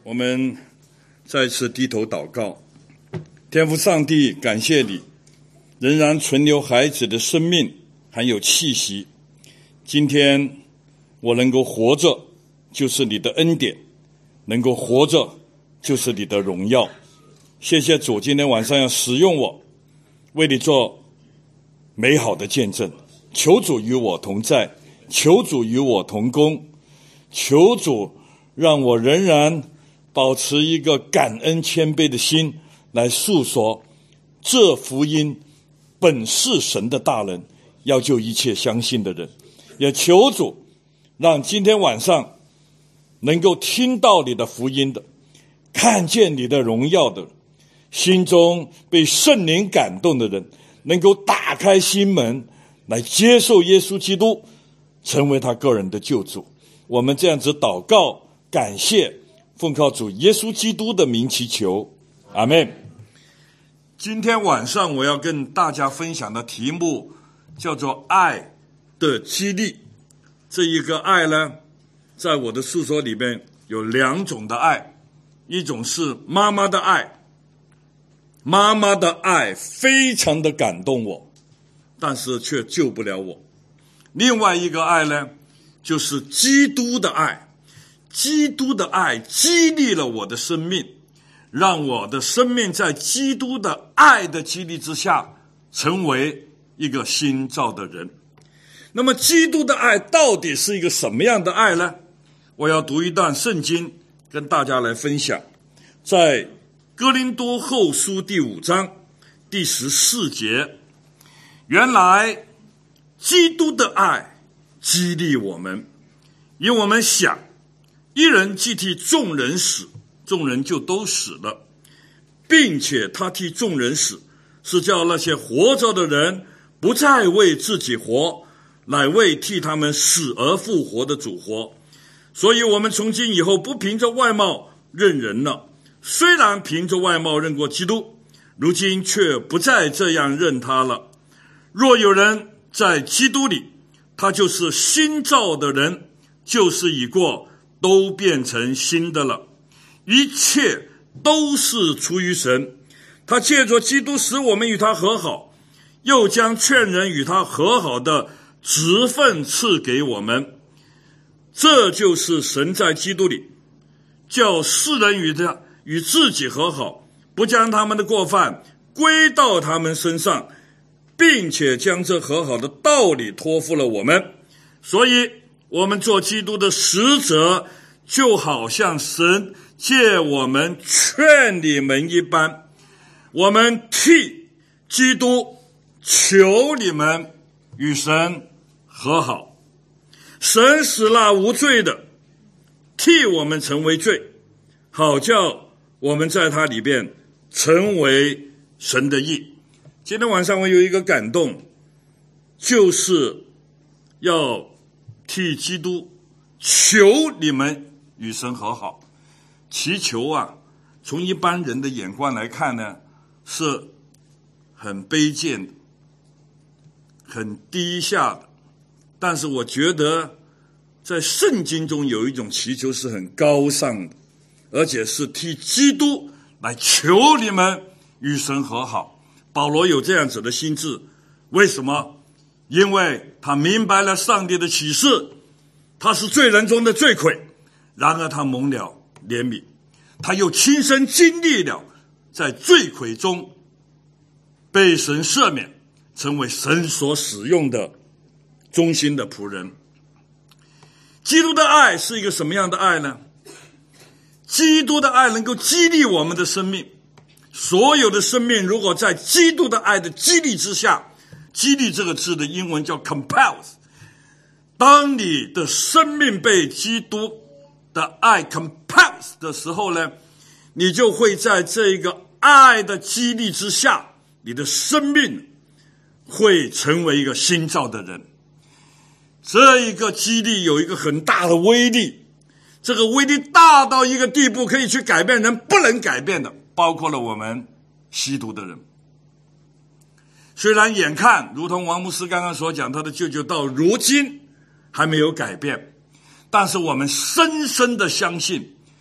我们再次低头祷告。天父上帝，感谢你仍然存留孩子的生命还有气息，今天我能够活着就是你的恩典，能够活着就是你的荣耀。谢谢主，今天晚上要使用我，为你做美好的见证。求主与我同在，求主与我同工，求主让我仍然保持一个感恩谦卑的心，来诉说这福音本是神的大能，要救一切相信的人。也求主让今天晚上能够听到你的福音的，看见你的荣耀的，心中被圣灵感动的人，能够打开心门来接受耶稣基督，成为他个人的救主。我们这样子祷告感谢，奉靠主耶稣基督的名祈求，阿们。今天晚上我要跟大家分享的题目叫做爱的激励。这一个爱呢，在我的述说里面有两种的爱，一种是妈妈的爱，妈妈的爱非常的感动我，但是却救不了我。另外一个爱呢，就是基督的爱，基督的爱激励了我的生命，让我的生命在基督的爱的激励之下，成为一个新造的人。那么基督的爱到底是一个什么样的爱呢？我要读一段圣经跟大家来分享，在哥林多后书第5章第14节，原来基督的爱激励我们，因我们想，一人既替众人死，众人就都死了，并且他替众人死，是叫那些活着的人不再为自己活，乃为替他们死而复活的主活。所以我们从今以后不凭着外貌认人了，虽然凭着外貌认过基督，如今却不再这样认他了。若有人在基督里，他就是新造的人，旧事已过，都变成新的了。一切都是出于神，他借着基督使我们与他和好，又将劝人与他和好的职分赐给我们。这就是神在基督里叫世人与自己和好，不将他们的过犯归到他们身上，并且将这和好的道理托付了我们。所以我们做基督的使者，就好像神借我们劝你们一般，我们替基督求你们与神和好。神使那无罪的替我们成为罪，好叫我们在他里边成为神的义。今天晚上我有一个感动，就是要替基督求你们与神和好。祈求啊，从一般人的眼光来看呢，是很卑贱的，很低下的。但是我觉得在圣经中有一种祈求是很高尚的，而且是替基督来求你们与神和好。保罗有这样子的心志，为什么？因为他明白了上帝的启示，他是罪人中的罪魁，然而他蒙了怜悯，他又亲身经历了在罪魁中被神赦免，成为神所使用的忠心的仆人。基督的爱是一个什么样的爱呢？基督的爱能够激励我们的生命，所有的生命如果在基督的爱的激励之下，激励这个字的英文叫 compels， 当你的生命被基督的爱 compels 的时候呢，你就会在这个爱的激励之下，你的生命会成为一个新造的人。这一个激励有一个很大的威力，这个威力大到一个地步，可以去改变人不能改变的，包括了我们吸毒的人。虽然眼看如同王牧师刚刚所讲，他的舅舅到如今还没有改变，但是我们深深的相信，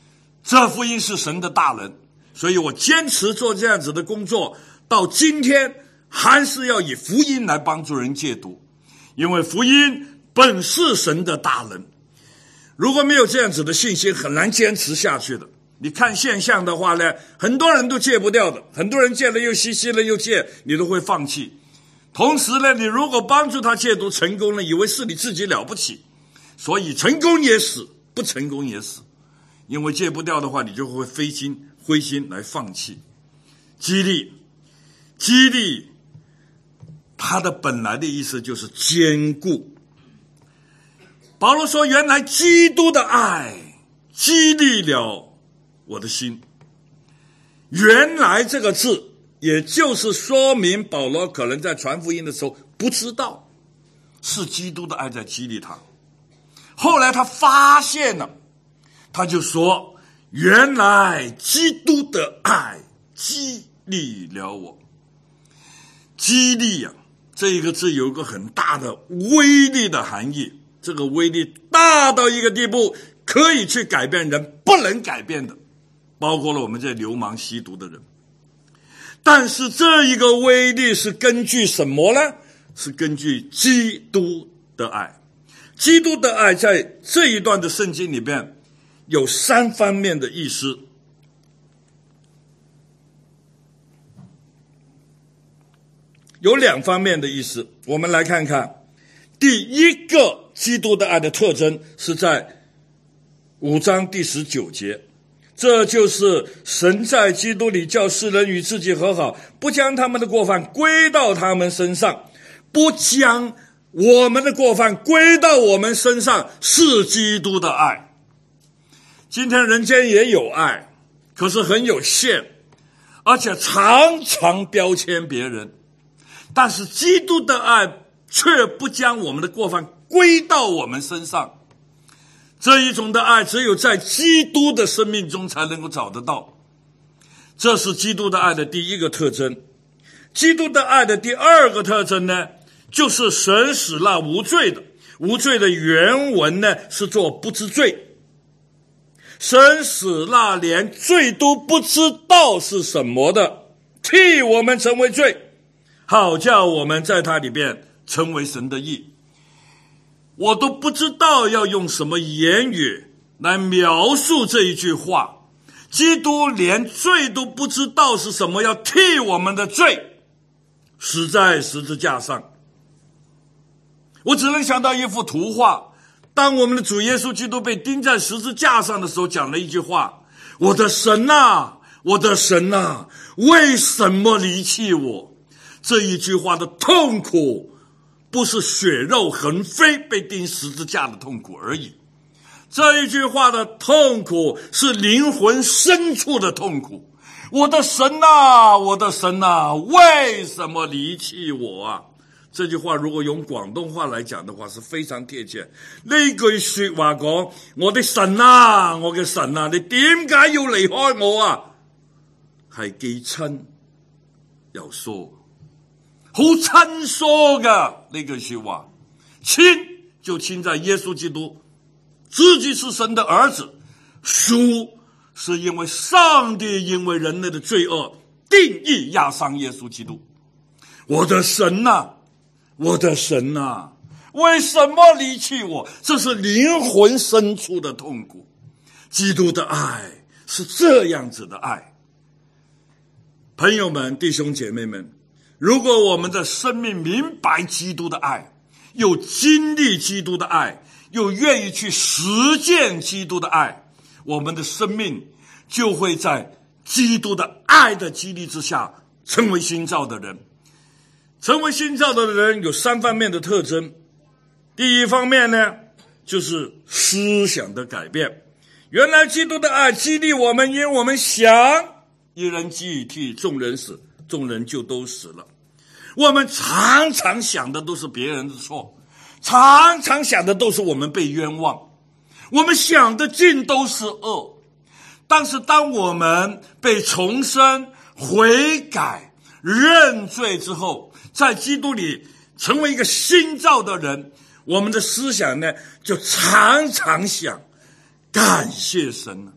这福音是神的大能，所以我坚持做这样子的工作，到今天还是要以福音来帮助人戒毒，因为福音本是神的大能。如果没有这样子的信心，很难坚持下去的。你看现象的话呢，很多人都戒不掉的，很多人戒了又吸，吸了又戒，你都会放弃。同时呢，你如果帮助他戒毒成功了，以为是你自己了不起，所以成功也死，不成功也死。因为戒不掉的话，你就会灰心来放弃。激励它的本来的意思就是坚固。保罗说，原来基督的爱激励了我的心。原来这个字也就是说明保罗可能在传福音的时候不知道是基督的爱在激励他，后来他发现了，他就说，原来基督的爱激励了我。激励啊，这一个字有一个很大的威力的含义，这个威力大到一个地步，可以去改变人不能改变的，包括了我们这流氓吸毒的人。但是这一个威力是根据什么呢？是根据基督的爱。基督的爱在这一段的圣经里边有3方面的意思。有2方面的意思，我们来看看。第一个基督的爱的特征是在5章第19节，这就是神在基督里叫世人与自己和好，不将他们的过犯归到他们身上。不将我们的过犯归到我们身上，是基督的爱。今天人间也有爱，可是很有限，而且常常标签别人。但是基督的爱却不将我们的过犯归到我们身上。这一种的爱只有在基督的生命中才能够找得到。这是基督的爱的第一个特征。基督的爱的第二个特征呢，就是神使那无罪的。无罪的原文呢是做不知罪。神使那连罪都不知道是什么的，替我们成为罪，好叫我们在他里边成为神的义。我都不知道要用什么言语来描述这一句话。基督连罪都不知道是什么，要替我们的罪死在十字架上。我只能想到一幅图画，当我们的主耶稣基督被钉在十字架上的时候，讲了一句话，我的神啊，我的神啊，为什么离弃我？这一句话的痛苦不是血肉横飞被钉十字架的痛苦而已，这一句话的痛苦是灵魂深处的痛苦。我的神啊，我的神啊，为什么离弃我啊？这句话如果用廣東話來講的話是非常貼切。呢句說話講，我的神啊，我嘅神啊，你點解要離開我啊？係既親又疏，好親疏㗎呢句說話。親就親在耶穌基督自己是神的兒子，疏是因為上帝因為人類的罪惡定義壓傷耶穌基督。我的神啊，我的神啊，为什么离弃我？这是灵魂深处的痛苦。基督的爱是这样子的爱。朋友们，弟兄姐妹们，如果我们的生命明白基督的爱，又经历基督的爱，又愿意去实践基督的爱，我们的生命就会在基督的爱的激励之下成为新造的人。成为新造的人有3方面的特征。第一方面呢，就是思想的改变。原来基督的爱激励我们，因为我们想一人既替众人死，众人就都死了。我们常常想的都是别人的错，常常想的都是我们被冤枉，我们想的尽都是恶。但是当我们被重生、悔改、认罪之后，在基督里成为一个新造的人，我们的思想呢就常常想感谢神。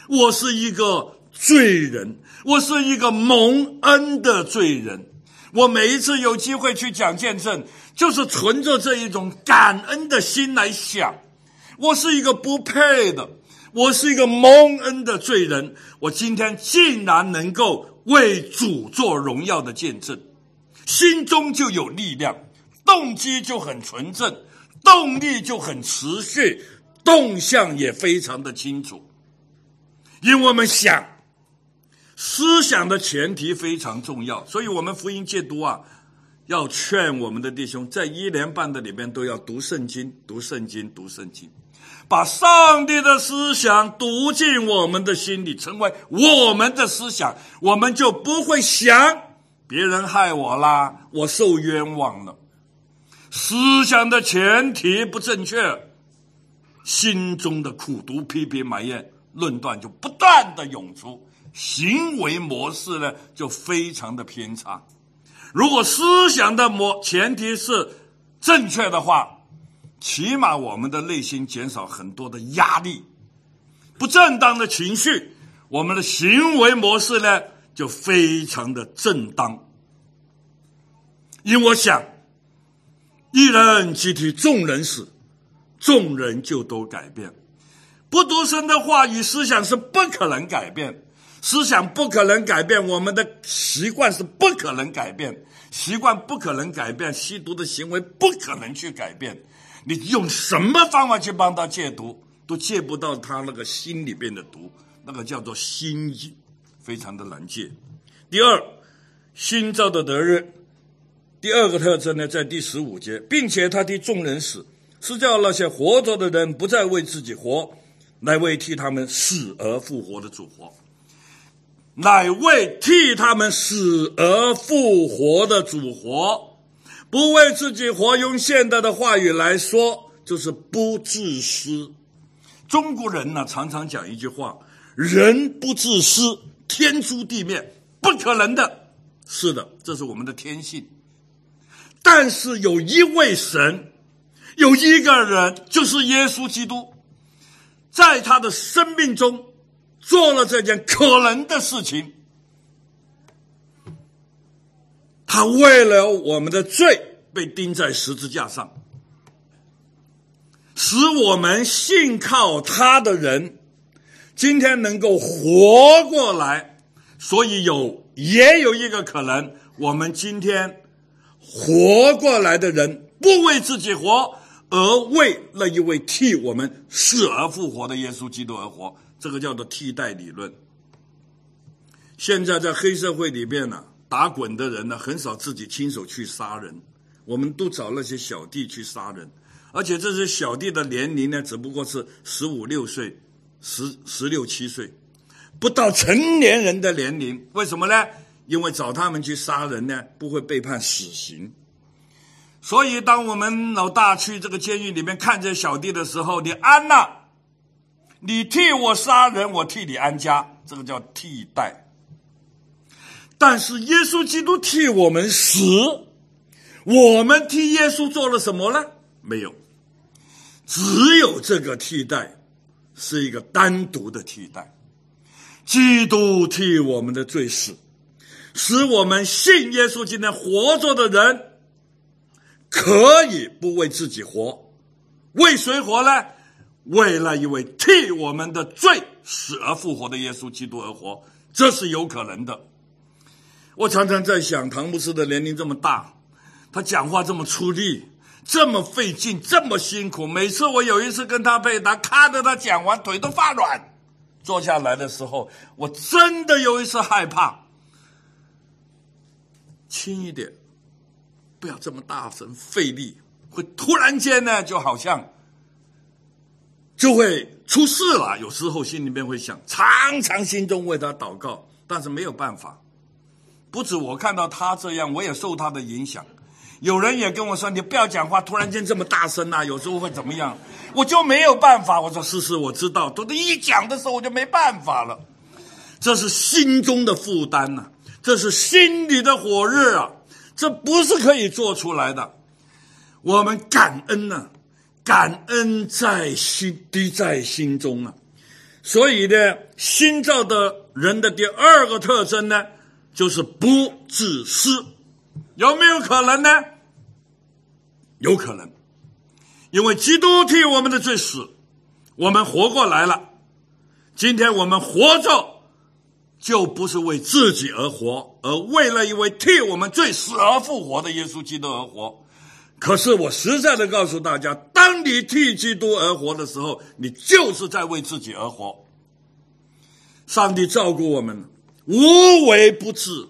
我是一个罪人，我是一个蒙恩的罪人。我每一次有机会去讲见证，就是存着这一种感恩的心来想，我是一个不配的，我是一个蒙恩的罪人，我今天竟然能够为主做荣耀的见证，心中就有力量，动机就很纯正，动力就很持续，动向也非常的清楚。因为我们想，思想的前提非常重要，所以我们福音戒毒要劝我们的弟兄在1年半的里面都要读圣经，读圣经，读圣经，把上帝的思想读进我们的心里，成为我们的思想，我们就不会想别人害我啦，我受冤枉了。思想的前提不正确，心中的苦毒、批评、埋怨、论断就不断的涌出，行为模式呢就非常的偏差。如果思想的前提是正确的话，起码我们的内心减少很多的压力，不正当的情绪，我们的行为模式呢就非常的正当。因为我想，一人既替众人死，众人就都改变。不读神的话语，思想是不可能改变，思想不可能改变，我们的习惯是不可能改变，习惯不可能改变，吸毒的行为不可能去改变。你用什么方法去帮他戒毒，都戒不到他那个心里边的毒，那个叫做心瘾，非常的难戒。第二，新造的得日，第二个特征呢，在第15节，并且他替众人死，是叫那些活着的人不再为自己活，乃为替他们死而复活的主活。乃为替他们死而复活的主活，不为自己活，用现代的话语来说，就是不自私。中国人呢，常常讲一句话，人不自私，天诛地灭，不可能的。是的，这是我们的天性。但是有一位神，有一个人，就是耶稣基督，在他的生命中做了这件可能的事情。他为了我们的罪被钉在十字架上，使我们信靠他的人今天能够活过来。所以也有一个可能，我们今天活过来的人不为自己活，而为那一位替我们死而复活的耶稣基督而活，这个叫做替代理论。现在在黑社会里面呢，打滚的人呢，很少自己亲手去杀人，我们都找那些小弟去杀人，而且这些小弟的年龄呢，只不过是15、16岁、16、17岁，不到成年人的年龄。为什么呢？因为找他们去杀人呢，不会被判死刑。所以当我们老大去这个监狱里面看这小弟的时候，你安了，你替我杀人，我替你安家，这个叫替代。但是耶稣基督替我们死，我们替耶稣做了什么呢？没有，只有这个替代是一个单独的替代。基督替我们的罪死，使我们信耶稣今天活着的人可以不为自己活。为谁活呢？为那一位替我们的罪死而复活的耶稣基督而活，这是有可能的。我常常在想，唐牧师的年龄这么大，他讲话这么出力，这么费劲，这么辛苦，每次我有一次跟他配搭，看着他讲完腿都发软，坐下来的时候我真的有一次害怕，轻一点，不要这么大声费力，会突然间呢就好像就会出事了。有时候心里面会想，常常心中为他祷告，但是没有办法。不止我看到他这样，我也受他的影响。有人也跟我说，你不要讲话突然间这么大声啊，有时候会怎么样，我就没有办法。我说是我知道，都一讲的时候我就没办法了。这是心中的负担啊，这是心里的火热啊，这不是可以做出来的。我们感恩啊，感恩在心，滴在心中啊。 所以呢，新造的人的第二个特征呢，就是不自私。有没有可能呢？有可能，因为基督替我们的罪死，我们活过来了。今天我们活着，就不是为自己而活，而为了一位替我们罪死而复活的耶稣基督而活。可是我实在的告诉大家，当你替基督而活的时候，你就是在为自己而活。上帝照顾我们，无微不至。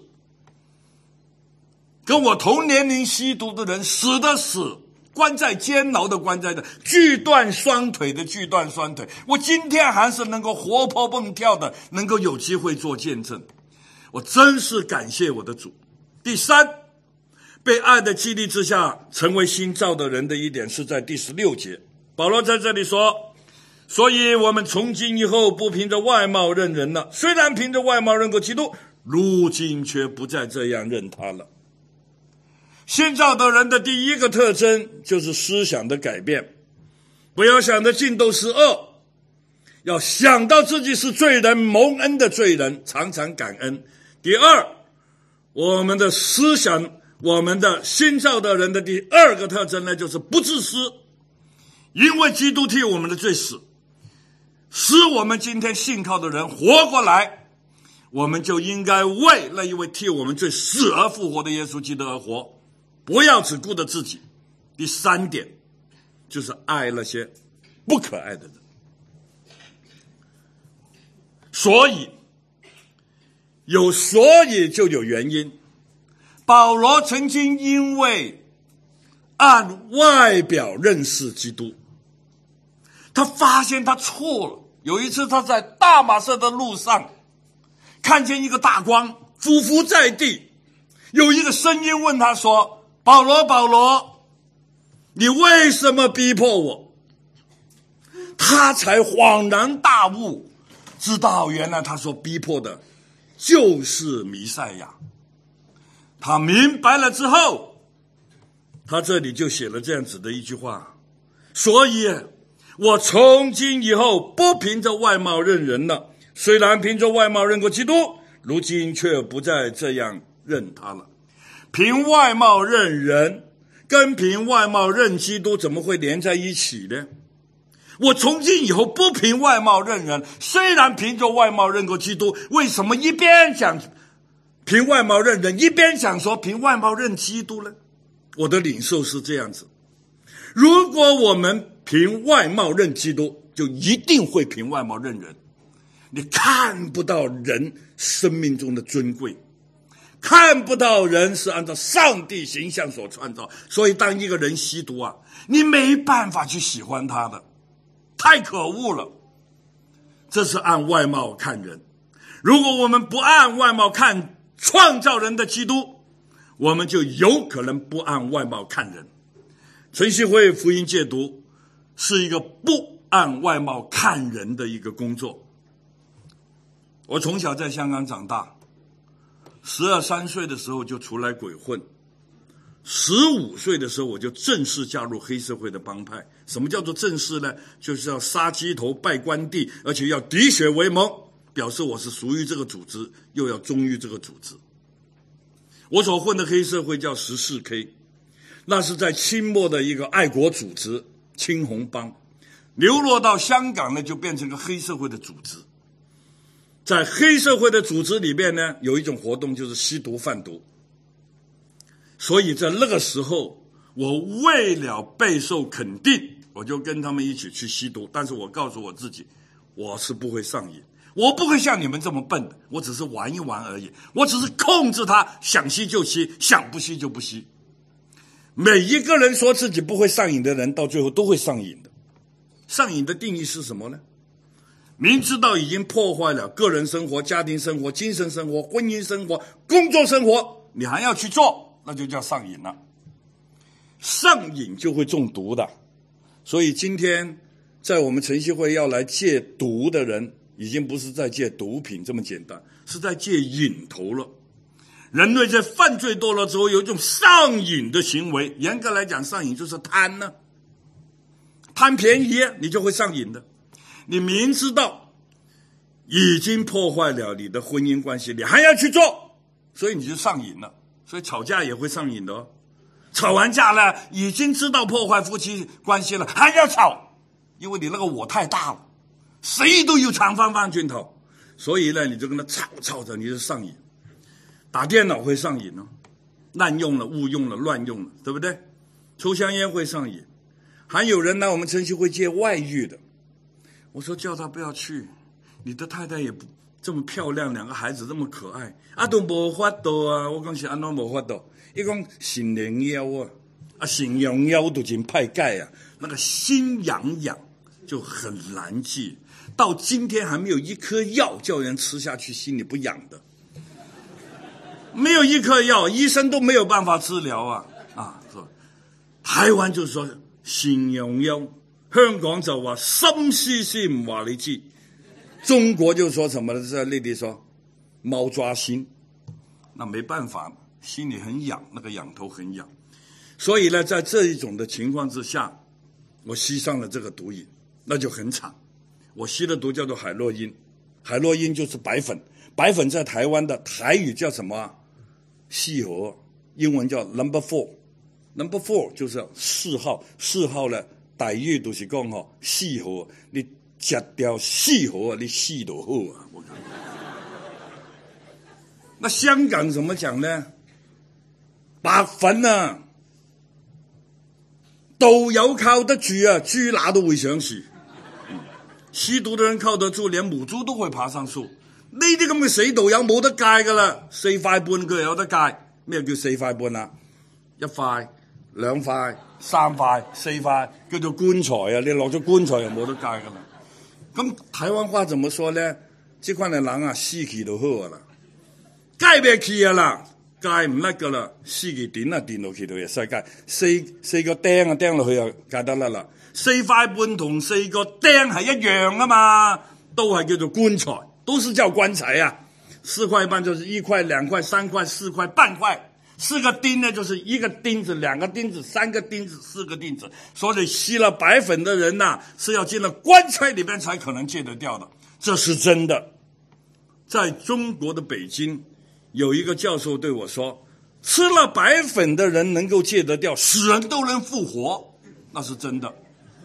跟我同年龄吸毒的人，死的死，关在监牢的关在的，锯断双腿的锯断双腿。我今天还是能够活泼蹦跳的，能够有机会做见证，我真是感谢我的主。第三，被爱的激励之下成为新造的人的一点是在第16节，保罗在这里说，所以我们从今以后不凭着外貌认人了，虽然凭着外貌认过基督，如今却不再这样认他了。新造的人的第一个特征就是思想的改变，不要想着尽都是恶，要想到自己是罪人，蒙恩的罪人，常常感恩。第二，我们的思想，我们的新造的人的第二个特征呢，就是不自私。因为基督替我们的罪死，使我们今天信靠的人活过来，我们就应该为那一位替我们罪死而复活的耶稣基督而活，不要只顾着自己。第三点就是爱那些不可爱的人。所以就有原因。保罗曾经因为按外表认识基督，他发现他错了。有一次他在大马色的路上看见一个大光，俯伏在地，有一个声音问他说，保罗，保罗，你为什么逼迫我？他才恍然大悟，知道原来他所逼迫的就是弥赛亚。他明白了之后，他这里就写了这样子的一句话，所以我从今以后不凭着外貌认人了，虽然凭着外貌认过基督，如今却不再这样认他了。凭外貌认人跟凭外貌认基督怎么会连在一起呢？我从今以后不凭外貌认人，虽然凭着外貌认过基督，为什么一边讲凭外貌认人，一边讲说凭外貌认基督呢？我的领受是这样子，如果我们凭外貌认基督，就一定会凭外貌认人。你看不到人生命中的尊贵，看不到人是按照上帝形象所创造，所以当一个人吸毒啊，你没办法去喜欢他的，太可恶了。这是按外貌看人。如果我们不按外貌看创造人的基督，我们就有可能不按外貌看人。晨曦会福音戒毒是一个不按外貌看人的一个工作。我从小在香港长大，12、13岁的时候就出来鬼混，15岁的时候我就正式加入黑社会的帮派。什么叫做正式呢？就是要杀鸡头拜关帝，而且要滴血为盟，表示我是属于这个组织，又要忠于这个组织。我所混的黑社会叫14K， 那是在清末的一个爱国组织青红帮，流落到香港呢，就变成个黑社会的组织。在黑社会的组织里面呢，有一种活动就是吸毒贩毒。所以在那个时候，我为了备受肯定，我就跟他们一起去吸毒。但是我告诉我自己，我是不会上瘾，我不会像你们这么笨的，我只是玩一玩而已，我只是控制它，想吸就吸，想不吸就不吸。每一个人说自己不会上瘾的人，到最后都会上瘾的。上瘾的定义是什么呢？明知道已经破坏了个人生活、家庭生活、精神生活、婚姻生活、工作生活，你还要去做，那就叫上瘾了。上瘾就会中毒的。所以今天在我们晨曦会要来戒毒的人，已经不是在戒毒品这么简单，是在戒瘾头了。人类在犯罪多了之后，有一种上瘾的行为，严格来讲，上瘾就是贪呢，贪便宜你就会上瘾的。你明知道已经破坏了你的婚姻关系，你还要去做，所以你就上瘾了。所以吵架也会上瘾的哦。吵完架了，已经知道破坏夫妻关系了，还要吵，因为你那个我太大了，谁都有长方方拳头，所以呢，你就跟他吵着，你就上瘾。打电脑会上瘾哦，滥用了、误用了、乱用了，对不对？抽香烟会上瘾，还有人呢，我们城市会借外遇的。我说叫他不要去，你的太太也不这么漂亮，两个孩子这么可爱，都没法度啊！我讲是安怎没法度？他讲心灵腰啊，心痒腰都真派盖啊，那个心痒痒就很难戒，到今天还没有一颗药叫人吃下去心里不痒的，没有一颗药，医生都没有办法治疗啊！说台湾就说心痒痒，香港就話心思思唔話你知，中國就說什麼呢？在內地說貓抓心，那沒辦法，心裡很癢，那個癢頭很癢。所以呢，在這一種的情況之下，我吸上了這個毒癮，那就很慘。我吸的毒叫做海洛因，海洛因就是白粉，白粉在台灣的台語叫什麼啊？細盒，英文叫 number four。number four 就是4號，4號呢台語都是講4號，你吃掉4號你死就好啊！我看。那香港怎麼講呢？白粉啊，豆油靠得住啊，豬乸都會想死。吸毒的人靠得住，連母豬都會爬上樹。呢啲咁嘅死豆油冇得戒噶啦，4塊半佢有得戒。咩叫4塊半啊？1塊、2塊、3塊、4塊，叫做棺材啊！你落咗棺材又冇得戒噶啦。咁台灣話怎麼說呢？這款嘅人啊，死去就好啊啦，戒唔去啊啦，戒唔甩噶啦，死去點啊電落去就會使戒，四個釘啊釘落去就戒得甩啦。4塊半同4個釘係一樣啊嘛，都係叫做棺材，都是叫棺材啊。4塊半就是1塊、2塊、3塊、4塊半塊。4個釘呢，就是1個釘子、2個釘子、3個釘子、4個釘子。所以吸了白粉的人呢，是要進了棺材裏邊才可能戒得掉的，這是真的。在中國的北京，有一個教授對我說，吃了白粉的人能夠戒得掉，死人都能復活，那是真的。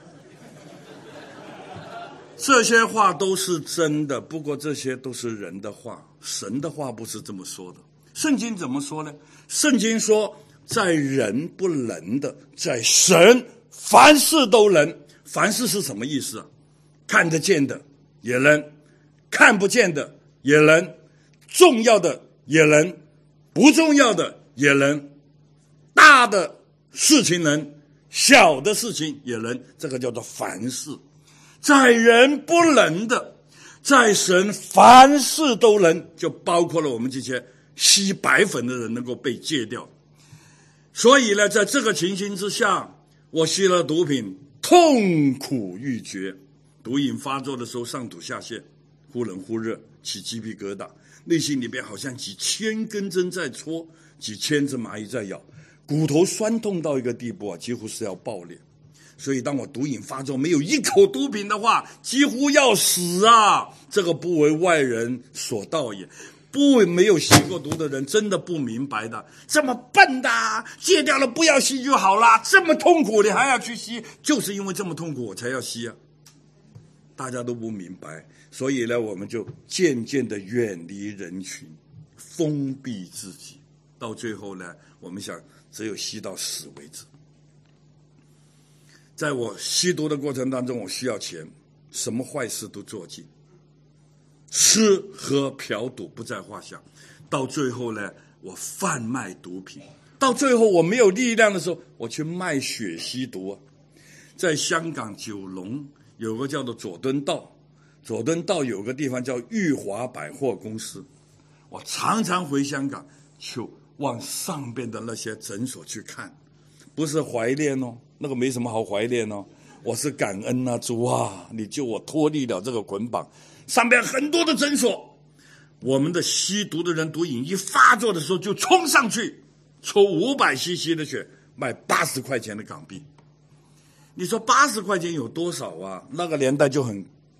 這些話都是真的，不過這些都是人的話，神的話不是這麼說的。聖經怎麼說呢？聖經說，在人不能的，在神凡事都能。凡事是什麼意思啊？看得見的也能，看不見的也能，重要的也能，不重要的也能，大的事情能，小的事情也能，這個叫做凡事。在人不能的，在神凡事都能，就包括了我們這些吸白粉的人能夠被戒掉。所以呢，在這個情形之下，我吸了毒品，痛苦欲絕。毒癮發作的時候，上吐下瀉，忽冷忽熱，起雞皮疙瘩，內心裡邊好像幾千根針在戳，幾千隻螞蟻在咬，骨頭酸痛到一個地步啊，幾乎是要爆裂。所以當我毒癮發作，沒有一口毒品的話，幾乎要死啊！這個不為外人所道也。沒有吸過毒的人真的不明白的，這麼笨的，戒掉了不要吸就好了，這麼痛苦你還要去吸，就是因為這麼痛苦我才要吸啊！大家都不明白，所以呢，我們就漸漸的遠離人群，封閉自己，到最後呢，我們想只有吸到死為止。在我吸毒的過程當中，我需要錢，什麼壞事都做盡。吃喝嫖賭不在話下，到最後呢，我販賣毒品，到最後我沒有力量的時候，我去賣血吸毒。在香港九龍有個叫做佐敦道，佐敦道有個地方叫裕華百貨公司，我常常回香港就往上邊的那些診所去看，不是懷念哦，那個沒什麼好懷念哦，我是感恩啊，主啊，你救我脫離了這個捆綁。上面很多的診所，我們的吸毒的人毒癮一發作的時候就衝上去抽500cc 的血，賣80塊錢的港幣。你說80塊錢有多少啊？那個年代就很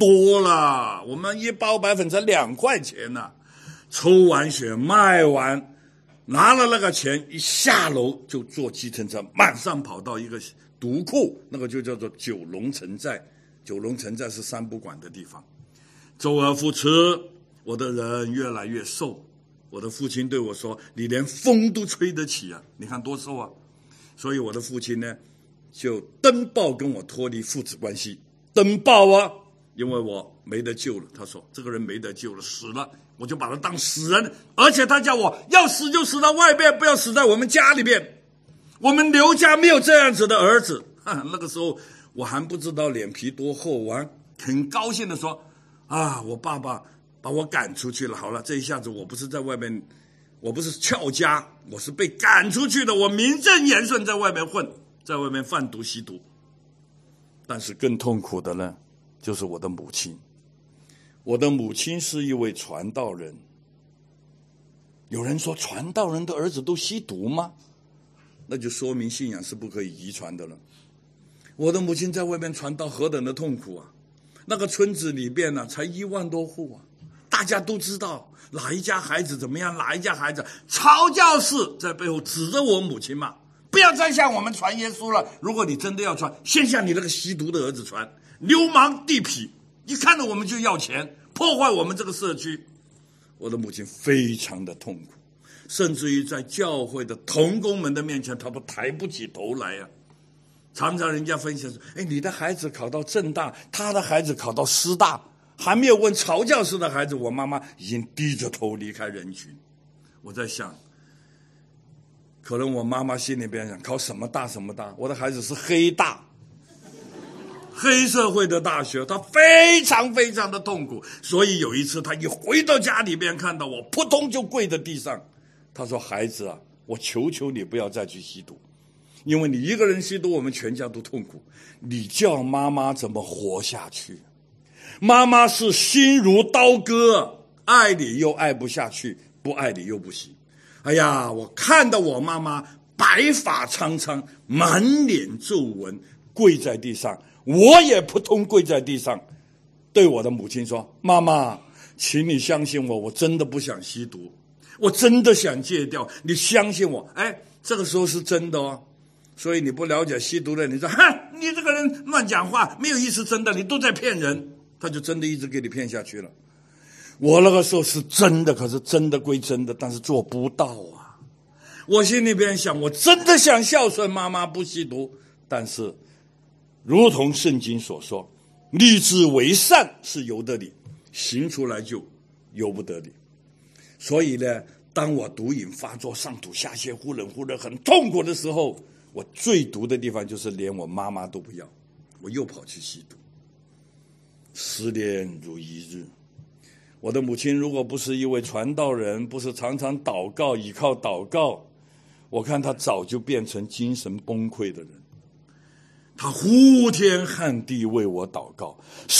多了，我们一包白粉才2块钱呢。抽完血卖完，拿了那个钱，一下楼就坐计程车，马上跑到一个毒库，那个就叫做九龙城寨。九龙城寨是三不管的地方，周而复始，我的人越来越瘦。我的父亲对我说：“你连风都吹得起啊！你看多瘦啊！”所以我的父亲呢，就登报跟我脱离父子关系。登报啊，因为我没得救了。他说：“这个人没得救了，死了，我就把他当死人。而且他叫我要死就死到外边，不要死在我们家里边。我们刘家没有这样子的儿子。”那个时候我还不知道脸皮多厚，我还很高兴的说：“啊，我爸爸把我赶出去了。好了，这一下子我不是在外面，我不是翘家，我是被赶出去的。我名正言顺在外面混，在外面贩毒吸毒。但是更痛苦的呢，就是我的母亲。我的母亲是一位传道人。有人说传道人的儿子都吸毒吗？那就说明信仰是不可以遗传的了。我的母亲在外面传道何等的痛苦啊！那个村子里边呢，才1万多户啊，大家都知道哪一家孩子怎么样，哪一家孩子抄教士在背后指着我母亲骂：“不要再向我们传耶稣了！如果你真的要传，先向你那个吸毒的儿子传。流氓地痞，一看到我们就要钱，破坏我们这个社区。”我的母亲非常的痛苦，甚至于在教会的同工们的面前，她都抬不起头来啊。常常人家分享说：“你的孩子考到政大，他的孩子考到师大，还没有问曹教师的孩子。”我妈妈已经低着头离开人群。我在想，可能我妈妈心里边想，考什么大什么大，我的孩子是黑大，黑社会的大学，他非常非常的痛苦。所以有一次他一回到家里边，看到我扑通就跪在地上，他说：“孩子啊，我求求你不要再去吸毒，因为你一个人吸毒，我们全家都痛苦。你叫妈妈怎么活下去？妈妈是心如刀割，爱你又爱不下去，不爱你又不行。”哎呀，我看到我妈妈白发苍苍，满脸皱纹，跪在地上，我也扑通跪在地上，对我的母亲说：“妈妈，请你相信我，我真的不想吸毒，我真的想戒掉，你相信我。”这个时候是真的哦。所以你不了解吸毒的，你说：“你这个人乱讲话，没有一次真的，你都在骗人。”他就真的一直给你骗下去了。我那个时候是真的，可是真的归真的，但是做不到啊。我心里边想，我真的想孝顺妈妈，不吸毒，但是如同圣经所说，立志为善是由得你，行出来就由不得你。所以呢，当我毒瘾发作，上吐下泻，忽冷忽热，很痛苦的时候，我最毒的地方就是连我妈妈都不要，我又跑去吸毒。10年如一日。我的母亲如果不是一位传道人，不是常常祷告，依靠祷告，我看她早就变成精神崩溃的人。她呼天喊地为我祷告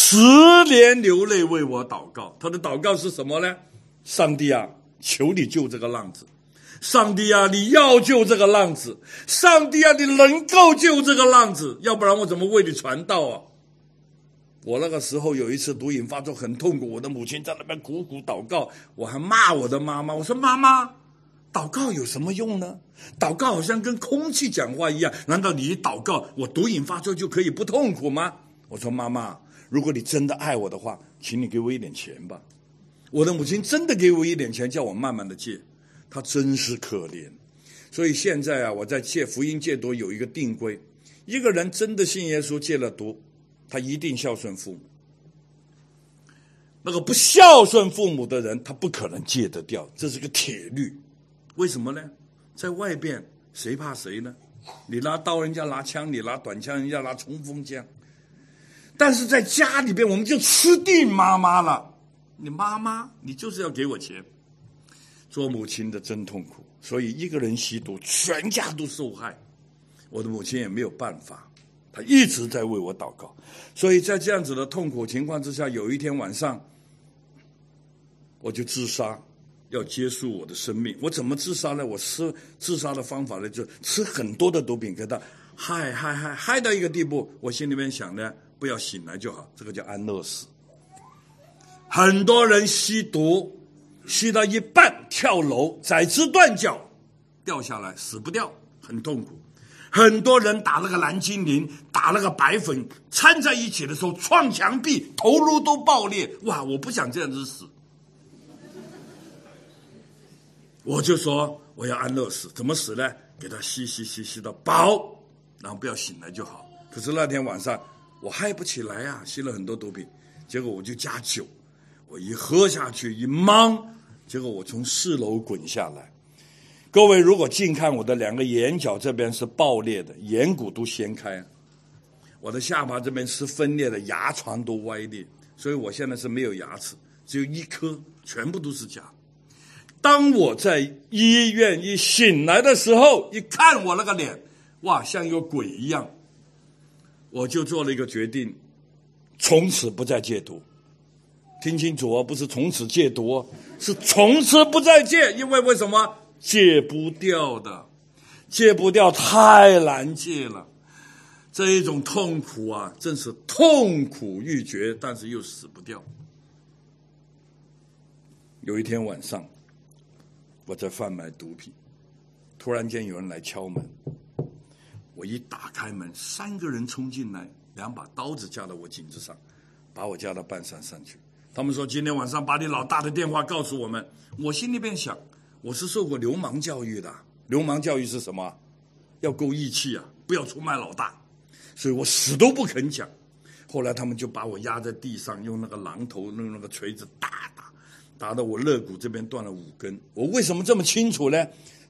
，10年流泪为我祷告。她的祷告是什么呢？上帝啊，求你救这个浪子。上帝啊，你要救这个浪子。上帝啊，你能够救这个浪子，要不然我怎么为你传道啊？我那个时候有一次毒瘾发作，很痛苦，我的母亲在那边苦苦祷告，我还骂我的妈妈，我说：“妈妈，祷告有什么用呢？祷告好像跟空气讲话一样，难道你一祷告，我毒瘾发作就可以不痛苦吗？”我说：“妈妈，如果你真的爱我的话，请你给我一点钱吧。”我的母亲真的给我一点钱，叫我慢慢的戒，她真是可怜。所以现在啊，我在福音戒毒有一个定规，一个人真的信耶稣，戒了毒，他一定孝顺父母。那个不孝顺父母的人，他不可能戒得掉，这是个铁律。为什么呢？在外边谁怕谁呢？你拿刀，人家拿枪；你拿短枪，人家拿冲锋枪。但是在家里边，我们就吃定妈妈了。你妈妈，你就是要给我钱。做母亲的真痛苦，所以一个人吸毒，全家都受害。我的母亲也没有办法，她一直在为我祷告。所以在这样子的痛苦情况之下，有一天晚上，我就自杀，要结束我的生命。我怎么自杀呢？我自杀的方法呢，就吃很多的毒品，给他害到一个地步，我心里面想呢，不要醒来就好，这个叫安乐死。 很多人吸毒，吸到一半跳楼，宰肢断脚，掉下来死不掉，很痛苦。很多人打那个蓝精灵，打那个白粉掺在一起的时候撞墙壁，头颅都爆裂。哇，我不想这样子死，我就说我要安乐死。怎么死呢？给他吸到饱，然后不要醒来就好。可是那天晚上我嗨不起来啊，吸了很多毒品，结果我就加酒，我一喝下去一懵，结果我从4楼滚下来。各位如果近看，我的2个眼角这边是爆裂的，眼骨都掀开，我的下巴这边是分裂的，牙床都歪裂，所以我现在是没有牙齿，只有1颗，全部都是假。当我在医院一醒来的时候，一看我那个脸，哇，像一个鬼一样，我就做了一个决定，从此不再戒毒。听清楚哦，不是从此戒毒哦，是从此不再戒。因为为什么？戒不掉的，戒不掉，太难戒了。这一种痛苦啊，真是痛苦欲绝，但是又死不掉。有一天晚上，我在贩卖毒品，突然间有人来敲门，我一打开门，3个人冲进来，2把刀子架到我颈子上，把我架到半山上去。他们说今天晚上把你老大的电话告诉我们。我心里边想，我是受过流氓教育的，流氓教育是什么？要够义气啊，不要出卖老大，所以我死都不肯讲。后来他们就把我压在地上，用那个榔头用那个锤子打到我肋骨这边断了5根。我为什么这么清楚呢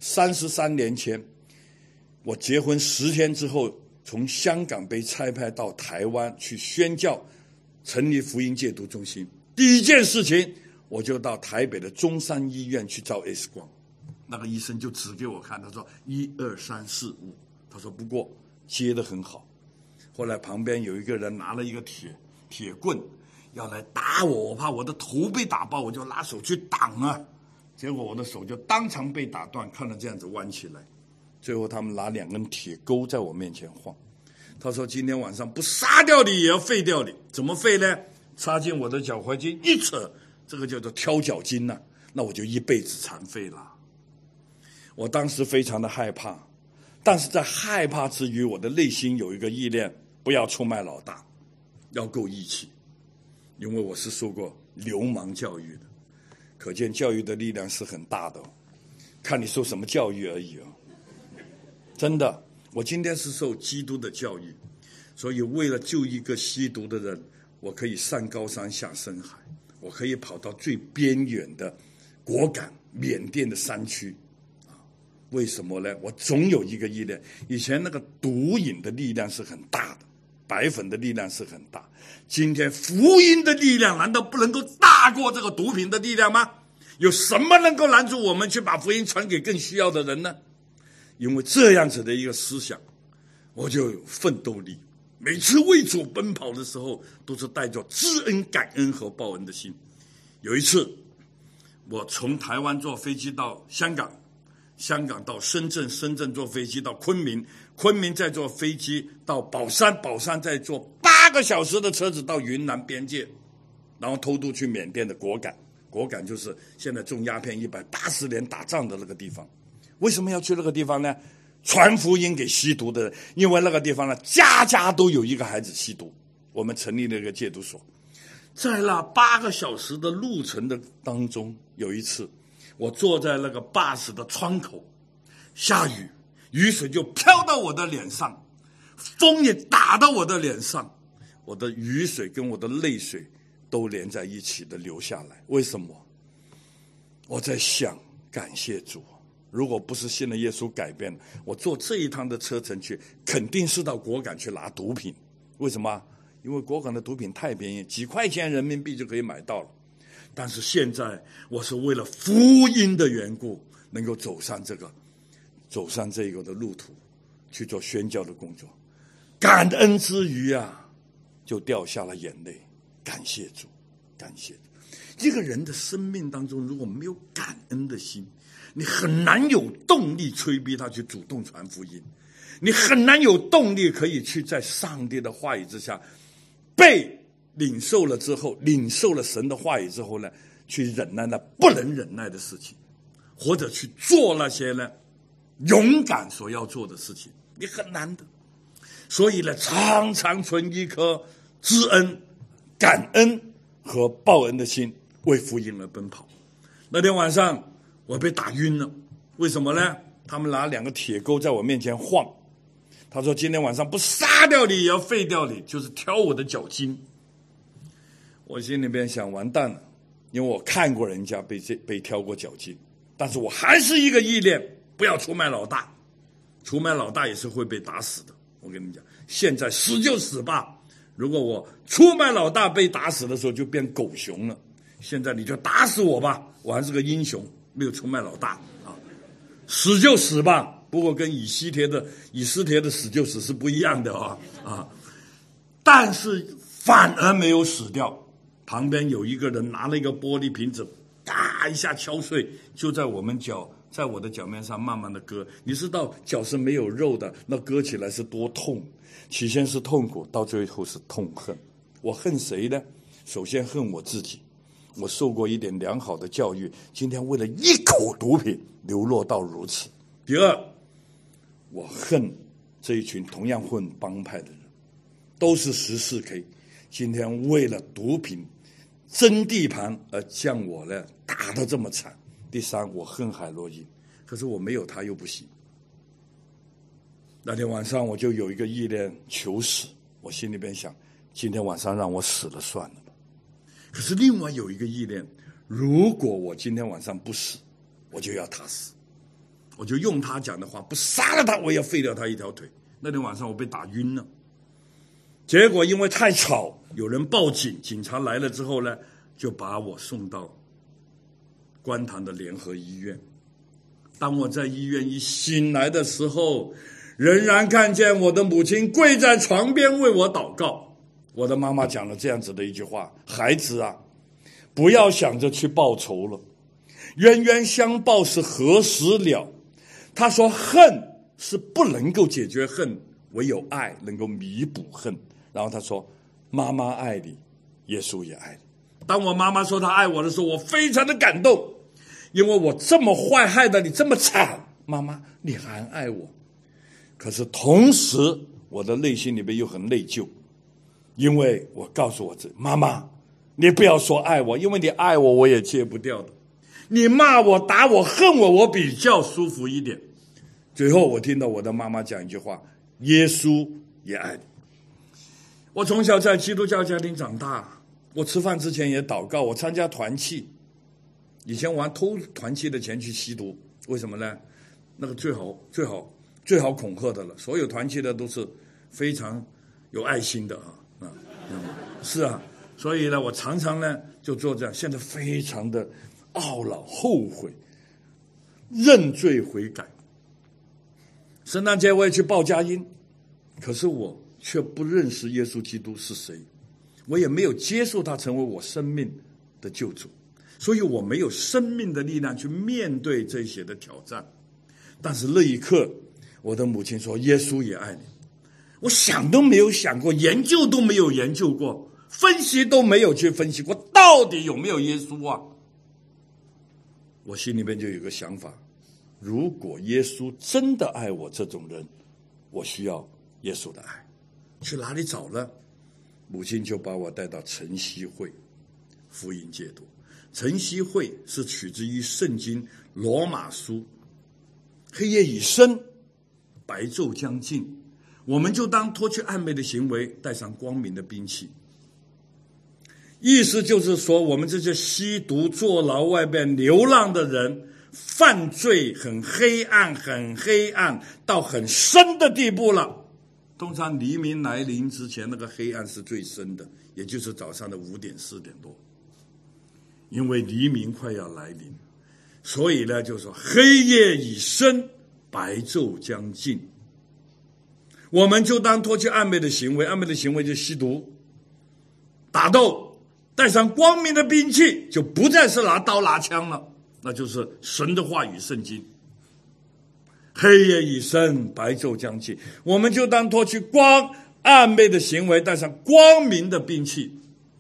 ？33年前我结婚10天之后，从香港被差派到台湾去宣教，成立福音戒毒中心。第一件事情，我就到台北的中山医院去照 X 光，那个医生就指给我看，他说1、2、3、4、5，他说不过接得很好。后来旁边有一个人拿了一个铁棍要来打我，我怕我的头被打爆，我就拿手去挡啊，结果我的手就当场被打断，看到这样子弯起来。最后他们拿2根铁钩在我面前晃，他说今天晚上不杀掉你也要废掉你。怎么废呢？插进我的脚踝筋一扯，这个叫做挑脚筋啊，那我就一辈子残废了。我当时非常的害怕，但是在害怕之余，我的内心有一个意念，不要出卖老大，要够义气。因为我是受过流氓教育的，可见教育的力量是很大的哦，看你受什么教育而已哦。真的，我今天是受基督的教育，所以为了救一个吸毒的人，我可以上高山下深海，我可以跑到最边远的果敢缅甸的山区。为什么呢？我总有一个意念，以前那个毒瘾的力量是很大的，白粉的力量是很大，今天福音的力量难道不能够大过这个毒品的力量吗？有什么能够拦住我们去把福音传给更需要的人呢？因为这样子的一个思想，我就有奋斗力，每次为主奔跑的时候都是带着知恩感恩和报恩的心。有一次我从台湾坐飞机到香港，香港到深圳，深圳坐飞机到昆明，昆明再坐飞机到宝山，宝山再坐8个小时的车子到云南边界，然后偷渡去缅甸的果敢。果敢就是现在种鸦片180年打仗的那个地方。为什么要去那个地方呢？传福音给吸毒的人，因为那个地方呢，家家都有一个孩子吸毒。我们成立了一个戒毒所，在那8个小时的路程的当中，有一次我坐在那个bus的窗口，下雨，雨水就飘到我的脸上，风也打到我的脸上，我的雨水跟我的泪水都连在一起的流下来。为什么？我在想，感谢主，如果不是信了耶稣改变，我坐这一趟的车程去，肯定是到果敢去拿毒品。为什么？因为果敢的毒品太便宜，几块钱人民币就可以买到了。但是现在我是为了福音的缘故，能够走上这个的路途，去做宣教的工作。感恩之余啊，就掉下了眼泪。感谢主，感谢主。一个人的生命当中，如果没有感恩的心，你很难有动力催逼他去主动传福音，你很难有动力可以去在上帝的话语之下被领受了之后，领受了神的话语之后呢，去忍耐那不能忍耐的事情，或者去做那些呢勇敢所要做的事情，你很难的。所以呢，常常存一颗知恩、感恩和报恩的心，为福音而奔跑。那天晚上我被打晕了，为什么呢？他们拿2个铁钩在我面前晃，他说今天晚上不杀掉你也要废掉你，就是挑我的脚筋。我心里边想完蛋了，因为我看过人家被挑过脚筋，但是我还是一个意念，不要出卖老大，出卖老大也是会被打死的。我跟你们讲，现在死就死吧，如果我出卖老大被打死的时候就变狗熊了，现在你就打死我吧，我还是个英雄，没有出卖老大啊，死就死吧。不过跟以斯帖的死就死是不一样的啊，但是反而没有死掉。旁边有一个人拿了一个玻璃瓶子，嘎一下敲碎，就在我的脚面上慢慢的割。你知道脚是没有肉的，那割起来是多痛，起先是痛苦，到最后是痛恨。我恨谁呢？首先恨我自己，我受过一点良好的教育，今天为了一口毒品流落到如此。第二，我恨这一群同样混帮派的人，都是14K，今天为了毒品争地盘而将我呢打得这么惨。第三，我恨海洛因，可是我没有他又不行。那天晚上我就有一个意念，求死。我心里边想，今天晚上让我死了算了吧。可是另外有一个意念，如果我今天晚上不死，我就要他死，我就用他讲的话，不杀了他我也要废掉他一条腿。那天晚上我被打晕了，结果因为太吵，有人报警，警察来了之后呢，就把我送到观塘的联合医院。当我在医院一醒来的时候，仍然看见我的母亲跪在床边为我祷告。我的妈妈讲了这样子的一句话：孩子啊，不要想着去报仇了，冤冤相报是何时了。她说恨是不能够解决恨，唯有爱能够弥补恨。然后她说妈妈爱你，耶稣也爱你。当我妈妈说她爱我的时候，我非常的感动，因为我这么坏，害得你这么惨，妈妈你还爱我。可是同时我的内心里面又很内疚，因为我告诉我自己，妈妈你不要说爱我，因为你爱我我也戒不掉的，你骂我打我恨我，我比较舒服一点。最后我听到我的妈妈讲一句话：耶稣也爱你。我从小在基督教家庭长大，我吃饭之前也祷告，我参加团契。以前我还偷团契的钱去吸毒，为什么呢？那个最好恐吓的了，所有团契的都是非常有爱心的是啊，所以呢我常常呢就做这样，现在非常的懊恼后悔，认罪悔改。圣诞节我也去报佳音，可是我却不认识耶稣基督是谁，我也没有接受他成为我生命的救主，所以我没有生命的力量去面对这些的挑战。但是那一刻我的母亲说耶稣也爱你，我想都没有想过，研究都没有研究过，分析都没有去分析过，到底有没有耶稣啊？我心里面就有个想法，如果耶稣真的爱我这种人，我需要耶稣的爱。去哪里找呢？母亲就把我带到晨曦会福音戒毒。晨曦会是取自于圣经罗马书，黑夜已深，白昼将近，我们就当脱去暧昧的行为，带上光明的兵器。意思就是说，我们这些吸毒坐牢外边流浪的人，犯罪很黑暗到很深的地步了。通常黎明来临之前，那个黑暗是最深的，也就是早上的5点4点多，因为黎明快要来临，所以呢就说黑夜已深，白昼将近，我们就当脱去暧昧的行为，暧昧的行为就吸毒打斗，带上光明的兵器，就不再是拿刀拿枪了，那就是神的话语圣经。黑夜已深，白昼将近，我们就当脱去暗昧的行为，带上光明的兵器。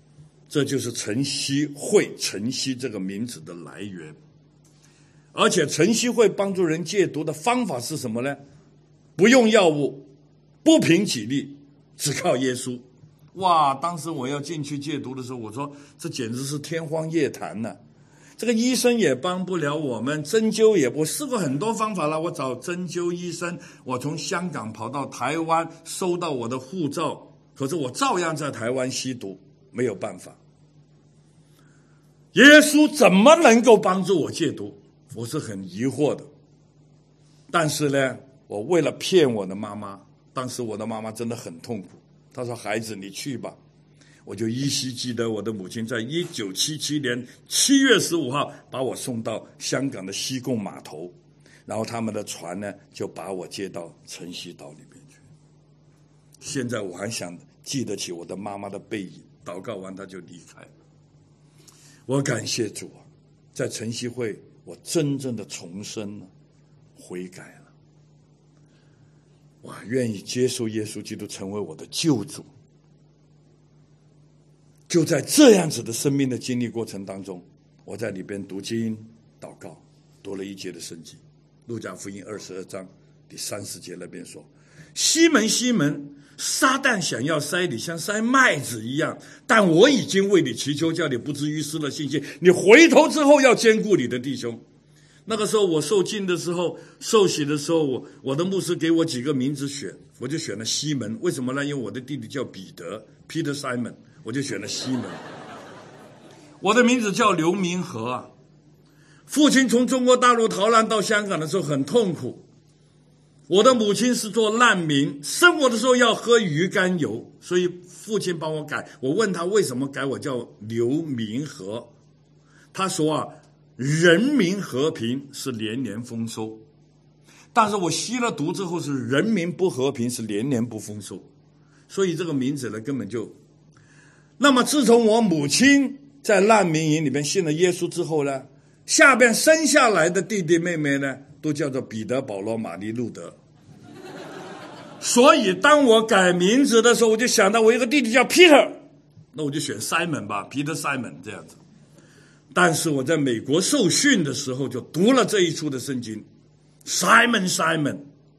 这就是晨曦会，晨曦这个名字的来源。而且晨曦会帮助人戒毒的方法是什么呢？不用药物，不凭己力，只靠耶稣。哇，当时我要进去戒毒的时候，我说这简直是天方夜谭呢。这个医生也帮不了我们，针灸也，我试过很多方法了，我找针灸医生，我从香港跑到台湾收到我的护照，可是我照样在台湾吸毒，没有办法。耶稣怎么能够帮助我戒毒？我是很疑惑的。但是呢，我为了骗我的妈妈，当时我的妈妈真的很痛苦，她说孩子你去吧。我就依稀记得我的母亲在1977年7月15号把我送到香港的西贡码头，然后他们的船呢就把我接到晨曦岛里面去。现在我还记得起我的妈妈的背影，祷告完她就离开了。我感谢主啊，在晨曦会我真正的重生了，悔改了，我愿意接受耶稣基督成为我的救主。就在这样子的生命的经历过程当中，我在里边读经祷告，读了一节的圣经，路加福音22章第30节那边说，西门西门，撒旦想要塞你像塞麦子一样，但我已经为你祈求，叫你不至于失了信心，你回头之后要兼顾你的弟兄。那个时候我受浸的时候，受洗的时候，我的牧师给我几个名字选，我就选了西门。为什么呢？因为我的弟弟叫彼得 Peter Simon， 我就选了西门。我的名字叫刘明和啊。父亲从中国大陆逃难到香港的时候很痛苦，我的母亲是做难民，生我的时候要喝鱼肝油，所以父亲帮我改。我问他为什么改我叫刘明和，他说啊，人民和平是年年丰收，但是我吸了毒之后是人民不和平，是年年不丰收，所以这个名字呢根本就……那么自从我母亲在难民营里面信了耶稣之后呢，下边生下来的弟弟妹妹呢都叫做彼得、保罗、马利、路德。所以当我改名字的时候，我就想到我有个弟弟叫 Peter， 那我就选 Simon 吧， Peter Simon 这样子。但是我在美国受训的时候就读了这一处的圣经， Simon Simon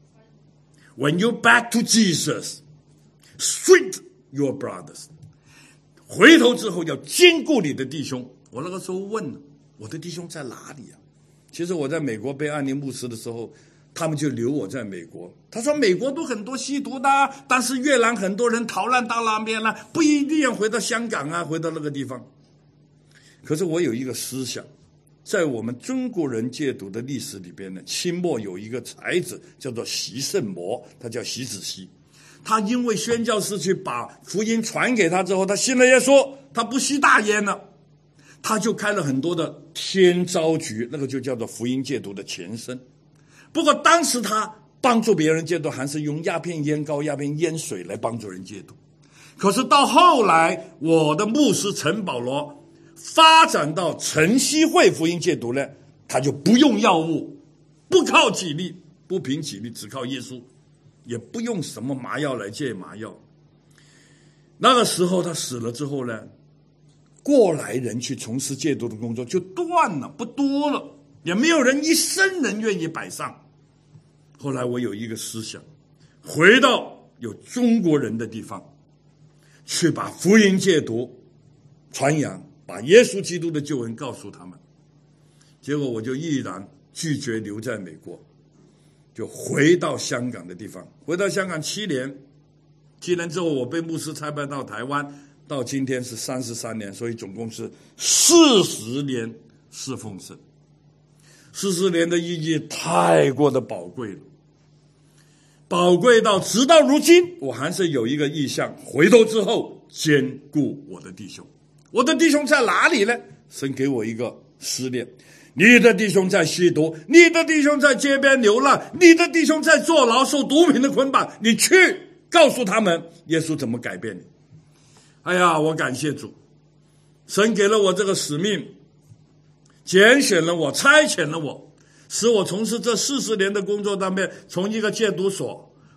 when you back to Jesus strengthen your brothers， 回头之后要兼顾你的弟兄。我那个时候问我的弟兄在哪里啊？其实我在美国被安利牧师的时候，他们就留我在美国。他说美国都很多吸毒的，但是越南很多人逃难到那边了，不一定要回到香港啊，回到那个地方。可是我有一个思想，在我们中国人戒毒的历史里边呢，清末有一个才子叫做习圣魔，他叫习子熙。他因为宣教士去把福音传给他之后，他信了耶稣，他不吸大烟了，他就开了很多的天招局，那个就叫做福音戒毒的前身。不过当时他帮助别人戒毒还是用鸦片烟膏、鸦片烟水来帮助人戒毒。可是到后来，我的牧师陈保罗发展到晨曦会福音戒毒呢，他就不用药物，不靠己力，不凭己力，只靠耶稣，也不用什么麻药来戒麻药。那个时候他死了之后呢，过来人去从事戒毒的工作就断了，不多了，也没有人一生人愿意摆上。后来我有一个思想，回到有中国人的地方，去把福音戒毒传扬，把耶稣基督的救恩告诉他们。结果我就毅然拒绝留在美国，就回到香港的地方。回到香港7年之后，我被牧师差派到台湾，到今天是33年，所以总共是40年侍奉神。40年的意义太过的宝贵了，宝贵到直到如今我还是有一个意向，回头之后兼顾我的弟兄。我的弟兄在哪里呢？神给我一个思念，你的弟兄在吸毒，你的弟兄在街边流浪，你的弟兄在坐牢受毒品的捆绑，你去告诉他们耶稣怎么改变你。哎呀，我感谢主，神给了我这个使命，拣选了我，差遣了我，使我从事这40年的工作当中，从一个戒毒所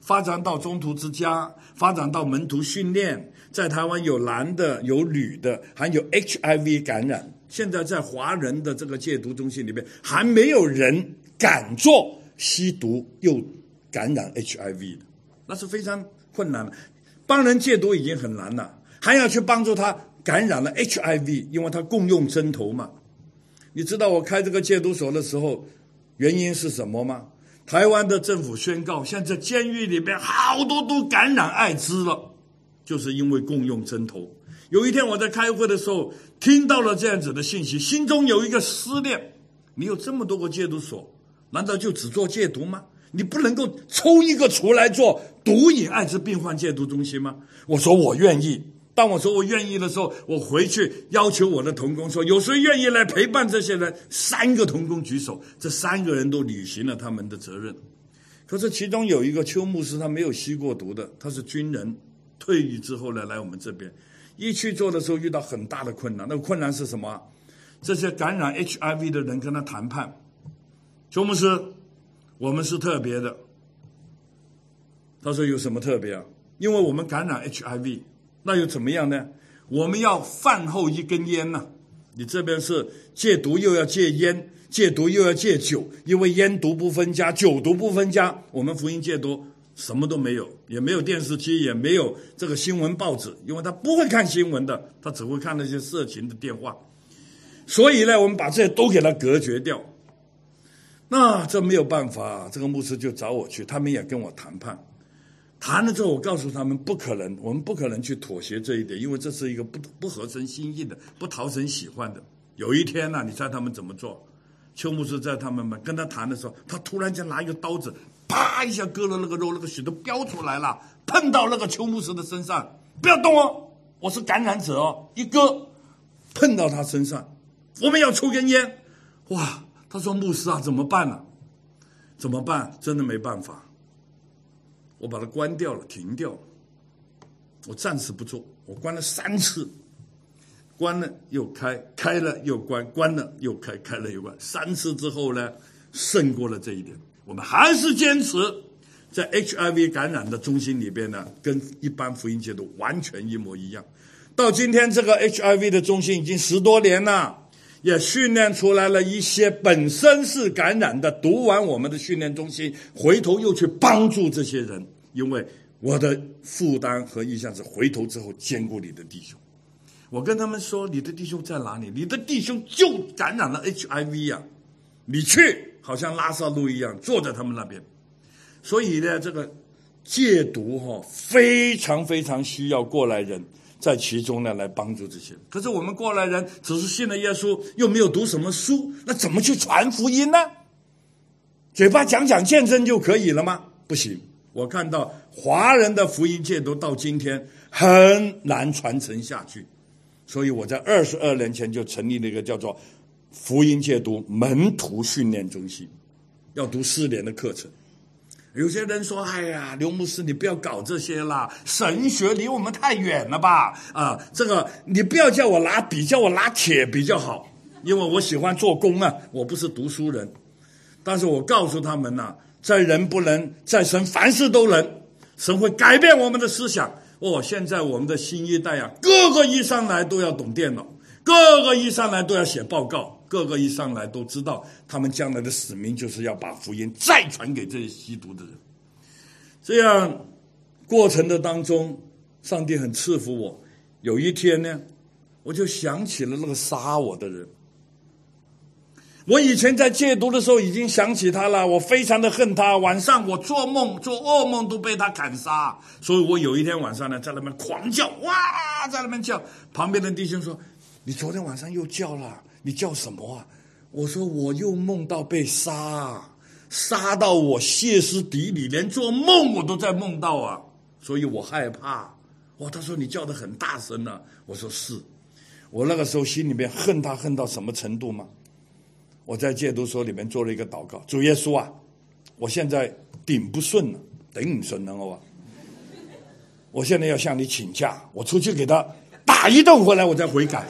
发展到中途之家，发展到门徒训练，在台湾有男的有女的，还有 HIV 感染。现在在华人的这个戒毒中心里面，还没有人敢做吸毒又感染 HIV 的，那是非常困难的。帮人戒毒已经很难了，还要去帮助他感染了 HIV， 因为他共用针头嘛。你知道我开这个戒毒所的时候，原因是什么吗？台湾的政府宣告，现在监狱里面好多都感染艾滋了，就是因为共用针头。有一天我在开会的时候，听到了这样子的信息，心中有一个思念：你有这么多个戒毒所，难道就只做戒毒吗？你不能够抽一个出来做毒瘾艾滋病患戒毒中心吗？我说我愿意。当我说我愿意的时候，我回去要求我的同工说，有谁愿意来陪伴这些人？3个同工举手，这3个人都履行了他们的责任。可是其中有一个邱牧师，他没有吸过毒的，他是军人，退役之后呢来我们这边，一去做的时候遇到很大的困难。那个困难是什么？这些感染 HIV 的人跟他谈判，邱牧师，我们是特别的。他说有什么特别啊？因为我们感染 HIV， 那又怎么样呢？我们要饭后1根烟呢。你这边是戒毒又要戒烟，戒毒又要戒酒，因为烟毒不分家，酒毒不分家。我们福音戒毒什么都没有，也没有电视机，也没有这个新闻报纸，因为他不会看新闻的，他只会看那些色情的电话。所以呢，我们把这些都给他隔绝掉。那这没有办法，这个牧师就找我去，他们也跟我谈判。谈了之后，我告诉他们不可能，我们不可能去妥协这一点，因为这是一个不合神心意的，不讨神喜欢的。有一天呢，你猜他们怎么做？邱牧师在他们跟他谈的时候，他突然间拿一个刀子，啪一下割了那个肉，那个血都飙出来了，碰到那个邱牧师的身上，不要动哦，我是感染者哦，一割碰到他身上，我们要抽根烟。哇，他说牧师啊，怎么办呢？怎么办？真的没办法。我把它关掉了，停掉了。我暂时不做，我关了3次，关了又开，开了又关，关了又开，开了又关。3次之后呢，胜过了这一点。我们还是坚持在 HIV 感染的中心里边呢，跟一般福音戒毒完全一模一样。到今天，这个 HIV 的中心已经10多年了。也训练出来了一些本身是感染的，读完我们的训练中心，回头又去帮助这些人。因为我的负担和意向是回头之后兼顾你的弟兄。我跟他们说，你的弟兄在哪里？你的弟兄就感染了 HIV 啊，你去好像拉撒路一样坐在他们那边。所以呢，这个戒毒非常非常需要过来人在其中呢来帮助这些。可是我们过来人只是信了耶稣，又没有读什么书，那怎么去传福音呢？嘴巴讲讲见证就可以了吗？不行。我看到华人的福音戒毒到今天很难传承下去，所以我在22年前就成立了一个叫做福音戒毒门徒训练中心，要读4年的课程。有些人说，哎呀，刘牧师你不要搞这些啦，神学离我们太远了吧，这个你不要叫我拿笔，叫我拿铁比较好，因为我喜欢做工啊，我不是读书人。但是我告诉他们在人不能，在神凡事都能，神会改变我们的思想。现在我们的新一代个个一上来都要懂电脑，个个一上来都要写报告，个个一上来都知道他们将来的使命就是要把福音再传给这些吸毒的人。这样过程的当中，上帝很赐福我。有一天呢，我就想起了那个杀我的人。我以前在戒毒的时候已经想起他了，我非常的恨他，晚上我做噩梦都被他砍杀。所以我有一天晚上呢，在那边狂叫，哇，在那边叫。旁边的弟兄说，你昨天晚上又叫了，你叫什么啊？我说我又梦到被杀到我歇斯底里，连做梦我都在梦到啊，所以我害怕。他说你叫得很大声啊。我说是。我那个时候心里面恨他恨到什么程度吗？我在戒毒所里面做了一个祷告，主耶稣啊，我现在顶不顺了，顶不顺了我现在要向你请假，我出去给他打一顿回来，我再悔改。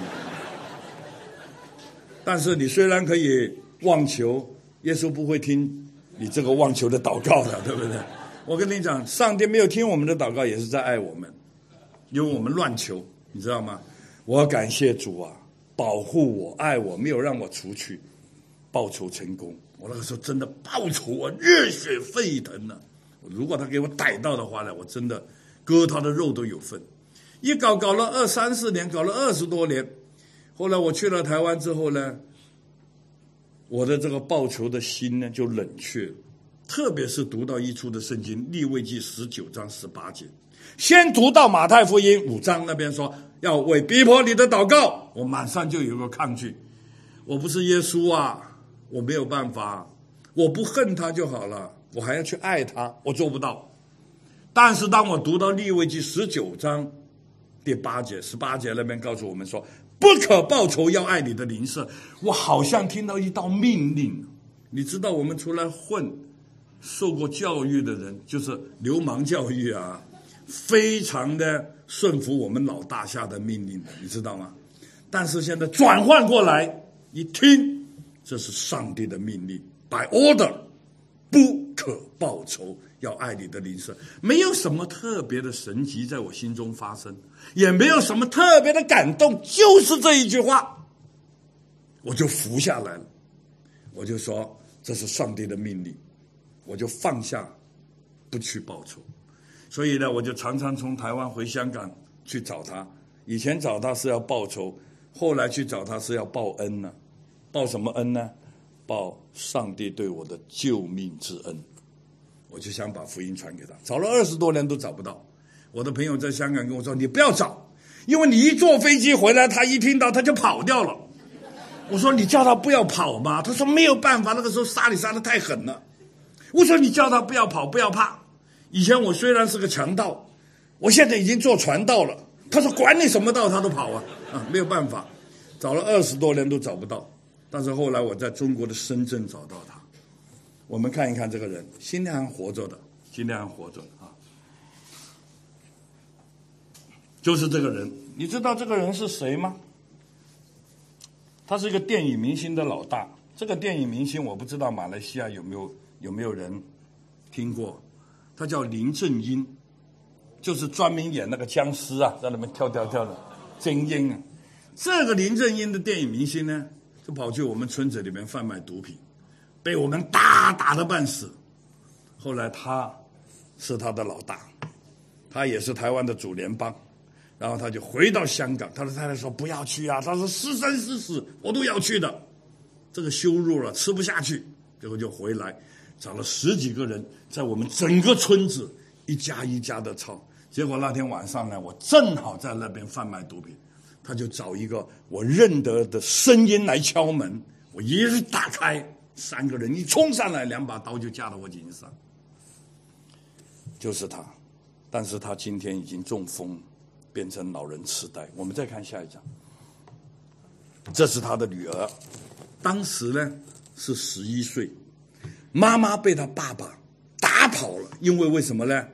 但是你虽然可以妄求，耶稣不会听你这个妄求的祷告的，对不对？ 我跟你讲，上帝没有听我们的祷告，也是在爱我们，因为我们乱求，你知道吗？我感谢主啊，保护我、爱我，没有让我出去，报仇成功。我那个时候真的报仇，我热血沸腾了。如果他给我逮到的话呢，我真的割他的肉都有份。一搞了2、3、4年，搞了20多年。后来我去了台湾之后呢，我的这个报仇的心呢就冷却了。特别是读到一处的圣经利未记19章18节，先读到马太福音5章那边说要为逼迫你的祷告，我马上就有个抗拒。我不是耶稣啊，我没有办法，我不恨他就好了，我还要去爱他，我做不到。但是当我读到利未记19章第8节、18节那边告诉我们说不可报仇，要爱你的邻舍，我好像听到一道命令。你知道我们出来混受过教育的人，就是流氓教育啊，非常的顺服我们老大下的命令的，你知道吗？但是现在转换过来一听，这是上帝的命令 by order， 不可报仇，要爱你的邻舍。没有什么特别的神迹在我心中发生，也没有什么特别的感动，就是这一句话我就服下来了。我就说这是上帝的命令，我就放下不去报仇。所以呢，我就常常从台湾回香港去找他。以前找他是要报仇，后来去找他是要报恩呢。报什么恩呢？报上帝对我的救命之恩。我就想把福音传给他，找了20多年都找不到。我的朋友在香港跟我说，你不要找，因为你一坐飞机回来，他一听到他就跑掉了。我说你叫他不要跑嘛，他说没有办法，那个时候杀你杀得太狠了。我说你叫他不要跑，不要怕。以前我虽然是个强盗，我现在已经做传道了。他说管你什么道他都跑啊，没有办法，找了20多年都找不到。但是后来我在中国的深圳找到他。我们看一看这个人，今天还活着的，今天还活着啊，就是这个人。你知道这个人是谁吗？他是一个电影明星的老大。这个电影明星我不知道马来西亚有没有人听过，他叫林正英，就是专门演那个僵尸啊，在那边跳的精英啊。这个林正英的电影明星呢，就跑去我们村子里面贩卖毒品，被我们打得半死。后来他是他的老大，他也是台湾的主联邦，然后他就回到香港。他的太太说不要去啊，他说是生是死我都要去的，这个羞辱了吃不下去，结果就回来找了10几个人，在我们整个村子一家一家的抄。结果那天晚上呢，我正好在那边贩卖毒品，他就找一个我认得的声音来敲门，我一打开，3个人一冲上来，2把刀就架到我颈上。就是他，但是他今天已经中风，变成老人痴呆。我们再看下一张，这是他的女儿，当时呢是11岁，妈妈被他爸爸打跑了。因为为什么呢？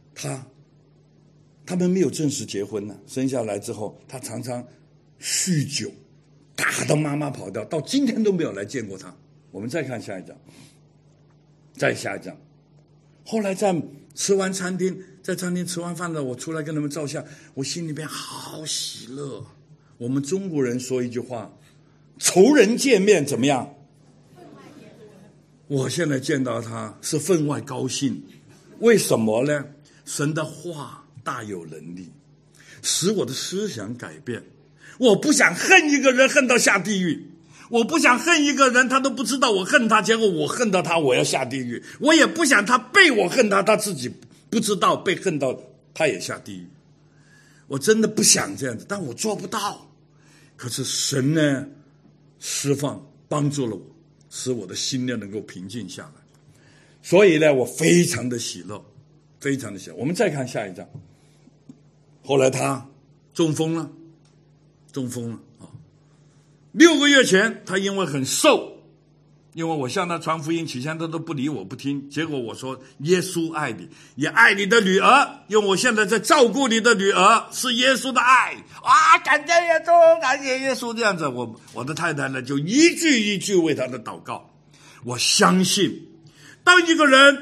他们没有正式结婚呢，生下来之后他常常酗酒，打到妈妈跑掉，到今天都没有来见过他。我们再看下一张，再下一张。后来在餐厅吃完饭了，我出来跟他们照相，我心里边好喜乐。我们中国人说一句话，仇人见面怎么样？我现在见到他是分外高兴。为什么呢？神的话大有能力，使我的思想改变。我不想恨一个人恨到下地狱，我不想恨一个人他都不知道我恨他，结果我恨到他我要下地狱。我也不想他被我恨他自己不知道被恨到他也下地狱。我真的不想这样子，但我做不到。可是神呢释放帮助了我，使我的心呢能够平静下来。所以呢我非常的喜乐，非常的喜乐。我们再看下一章。后来他中风了啊！6个月前他因为很瘦，因为我向他传福音，起先他都不理我不听，结果我说耶稣爱你，也爱你的女儿，因为我现在在照顾你的女儿，是耶稣的爱啊！感谢耶稣，感谢耶稣。这样子我的太太呢就一句一句为他的祷告。我相信当一个人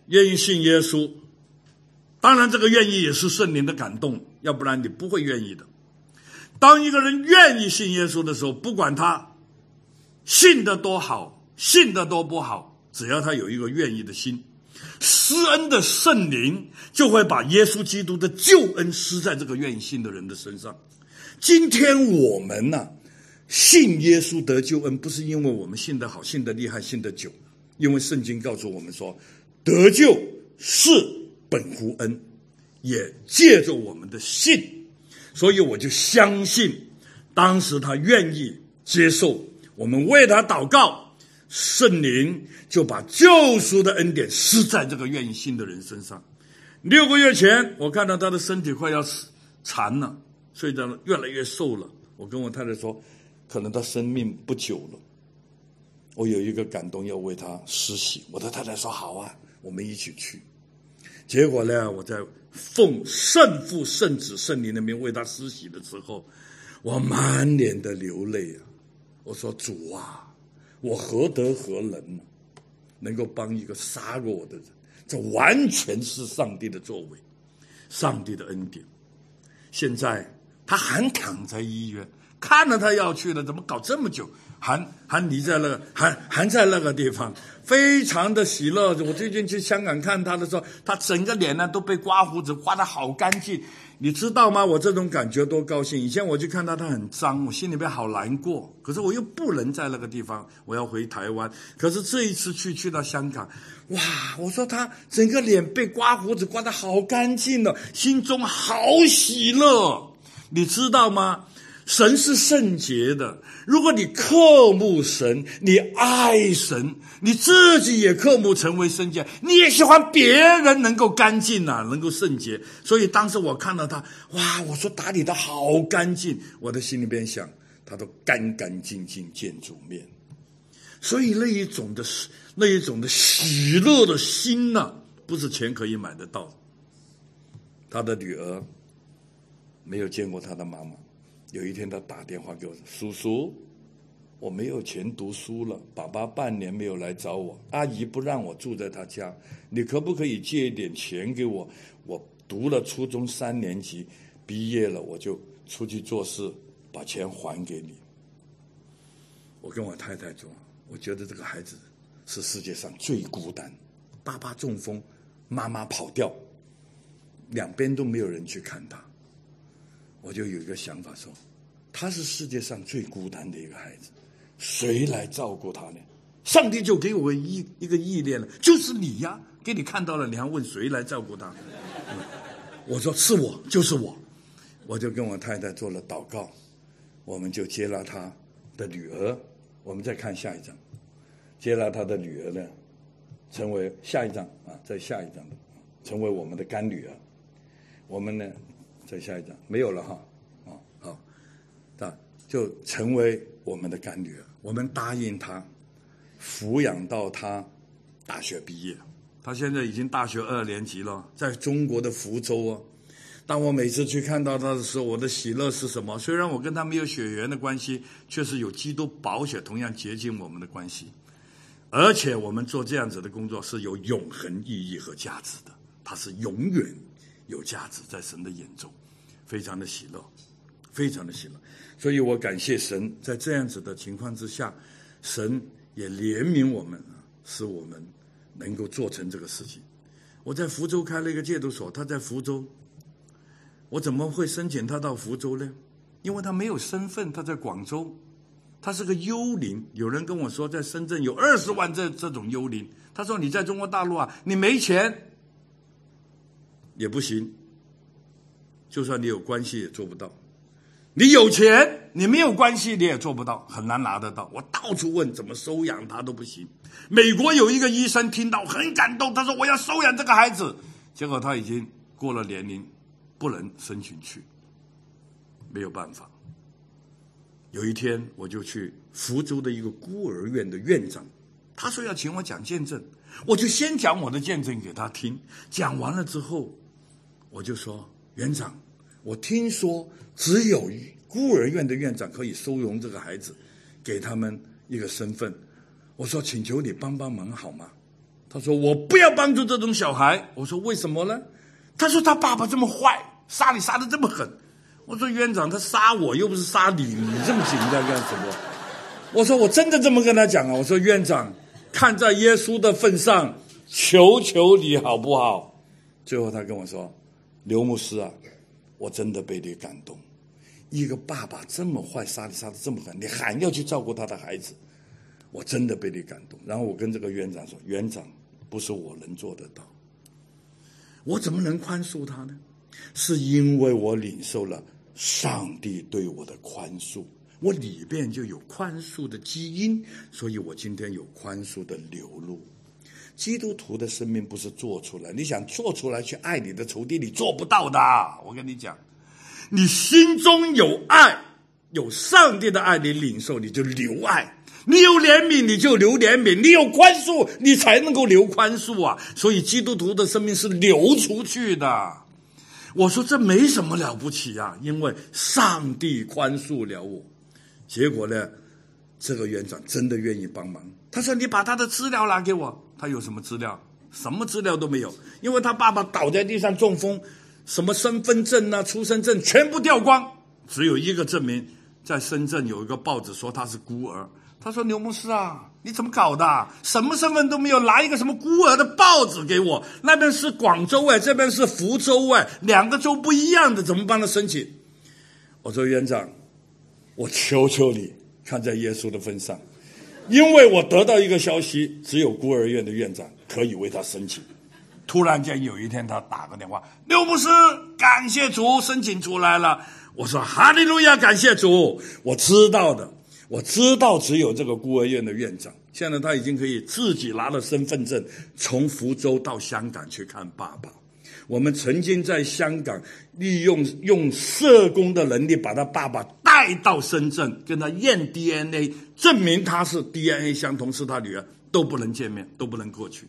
愿意信耶稣，当然这个愿意也是圣灵的感动，要不然你不会愿意的。当一个人愿意信耶稣的时候，不管他信得多好，信得多不好，只要他有一个愿意的心，施恩的圣灵就会把耶稣基督的救恩施在这个愿意信的人的身上。今天我们信耶稣得救恩，不是因为我们信得好，信得厉害，信得久，因为圣经告诉我们说，得救是本乎恩，也借着我们的信。所以我就相信，当时他愿意接受，我们为他祷告，圣灵就把救赎的恩典施在这个愿意信的人身上。6个月前，我看到他的身体快要残了，所以他越来越瘦了。我跟我太太说，可能他生命不久了。我有一个感动要为他施洗，我的太太说好啊，我们一起去。结果呢，我在奉圣父、圣子、圣灵的名为他施洗的时候，我满脸的流泪啊！我说主啊，我何德何能呢，能够帮一个杀过我的人？这完全是上帝的作为，上帝的恩典。现在他还躺在医院，看了他要去了，怎么搞这么久？还离在那个还在那个地方，非常的喜乐。我最近去香港看他的时候，他整个脸都被刮胡子，刮得好干净。你知道吗？我这种感觉多高兴！以前我去看他很脏，我心里边好难过。可是我又不能在那个地方，我要回台湾。可是这一次去到香港，哇！我说他整个脸被刮胡子刮得好干净了，心中好喜乐。你知道吗？神是圣洁的，如果你渴慕神，你爱神，你自己也渴慕成为圣洁，你也喜欢别人能够干净能够圣洁。所以当时我看到他，哇，我说打理得好干净，我的心里边想，他都干干净净见主面。所以那一种的喜乐的心不是钱可以买得到。他的女儿没有见过他的妈妈，有一天他打电话给我说，叔叔，我没有钱读书了，爸爸半年没有来找我，阿姨不让我住在他家，你可不可以借一点钱给我？我读了初中3年级，毕业了我就出去做事，把钱还给你。我跟我太太说，我觉得这个孩子是世界上最孤单，爸爸中风，妈妈跑掉，两边都没有人去看他。我就有一个想法说，他是世界上最孤单的一个孩子，谁来照顾他呢？上帝就给我一个意念了，就是你呀，给你看到了，你还问谁来照顾他？我说是我，就是我。我就跟我太太做了祷告，我们就接纳他的女儿。我们再看下一章，接纳他的女儿呢，成为下一章在下一章的成为我们的干女儿。我们呢，在下一章没有了好，就成为我们的干女儿。我们答应她，抚养到她大学毕业。她现在已经大学2年级了，在中国的福州当我每次去看到她的时候，我的喜乐是什么？虽然我跟她没有血缘的关系，却是有基督宝血同样洁净我们的关系。而且我们做这样子的工作是有永恒意义和价值的，它是永远有价值，在神的眼中，非常的喜乐，非常的喜乐。所以我感谢神，在这样子的情况之下，神也怜悯我们，使我们能够做成这个事情。我在福州开了一个戒毒所，他在福州，我怎么会申请他到福州呢？因为他没有身份，他在广州，他是个幽灵。有人跟我说，在深圳有20万这种幽灵。他说你在中国大陆你没钱也不行，就算你有关系也做不到。你有钱，你没有关系你也做不到，很难拿得到。我到处问怎么收养他都不行。美国有一个医生听到很感动，他说我要收养这个孩子，结果他已经过了年龄，不能申请去，没有办法。有一天我就去福州的一个孤儿院的院长，他说要请我讲见证，我就先讲我的见证给他听。讲完了之后，我就说，院长，我听说只有孤儿院的院长可以收容这个孩子，给他们一个身份。我说请求你帮帮忙好吗？ 他说我不要帮助这种小孩。我说为什么呢？他说他爸爸这么坏，杀你杀得这么狠。我说院长，他杀我又不是杀你，你这么紧张干什么？我说我真的这么跟他讲啊。我说院长，看在耶稣的份上，求求你好不好？最后他跟我说，刘牧师啊，我真的被你感动。一个爸爸这么坏，杀你杀得这么狠，你还要去照顾他的孩子，我真的被你感动。然后我跟这个院长说，院长，不是我能做得到，我怎么能宽恕他呢？是因为我领受了上帝对我的宽恕，我里边就有宽恕的基因，所以我今天有宽恕的流露。基督徒的生命不是做出来，你想做出来去爱你的仇敌，你做不到的。我跟你讲，你心中有爱，有上帝的爱，你领受你就流爱，你有怜悯你就流怜悯，你有宽恕你才能够流宽恕啊！所以基督徒的生命是流出去的。我说这没什么了不起啊，因为上帝宽恕了我。结果呢，这个园长真的愿意帮忙。他说你把他的资料拿给我。他有什么资料？什么资料都没有，因为他爸爸倒在地上中风，什么身份证啊、出生证全部掉光，只有一个证明，在深圳有一个报纸说他是孤儿。他说刘牧师啊，你怎么搞的？什么身份都没有，拿一个什么孤儿的报纸给我？那边是广州哎，这边是福州哎，两个州不一样的，怎么帮他申请？我说园长，我求求你，看在耶稣的份上，因为我得到一个消息，只有孤儿院的院长可以为他申请。突然间有一天他打个电话，刘牧师，感谢主，申请出来了。我说哈利路亚，感谢主，我知道的。我知道只有这个孤儿院的院长，现在他已经可以自己拿了身份证，从福州到香港去看爸爸。我们曾经在香港用社工的能力把他爸爸带到深圳，跟他验 DNA， 证明他是 DNA 相同，是他女儿，都不能见面，都不能过去。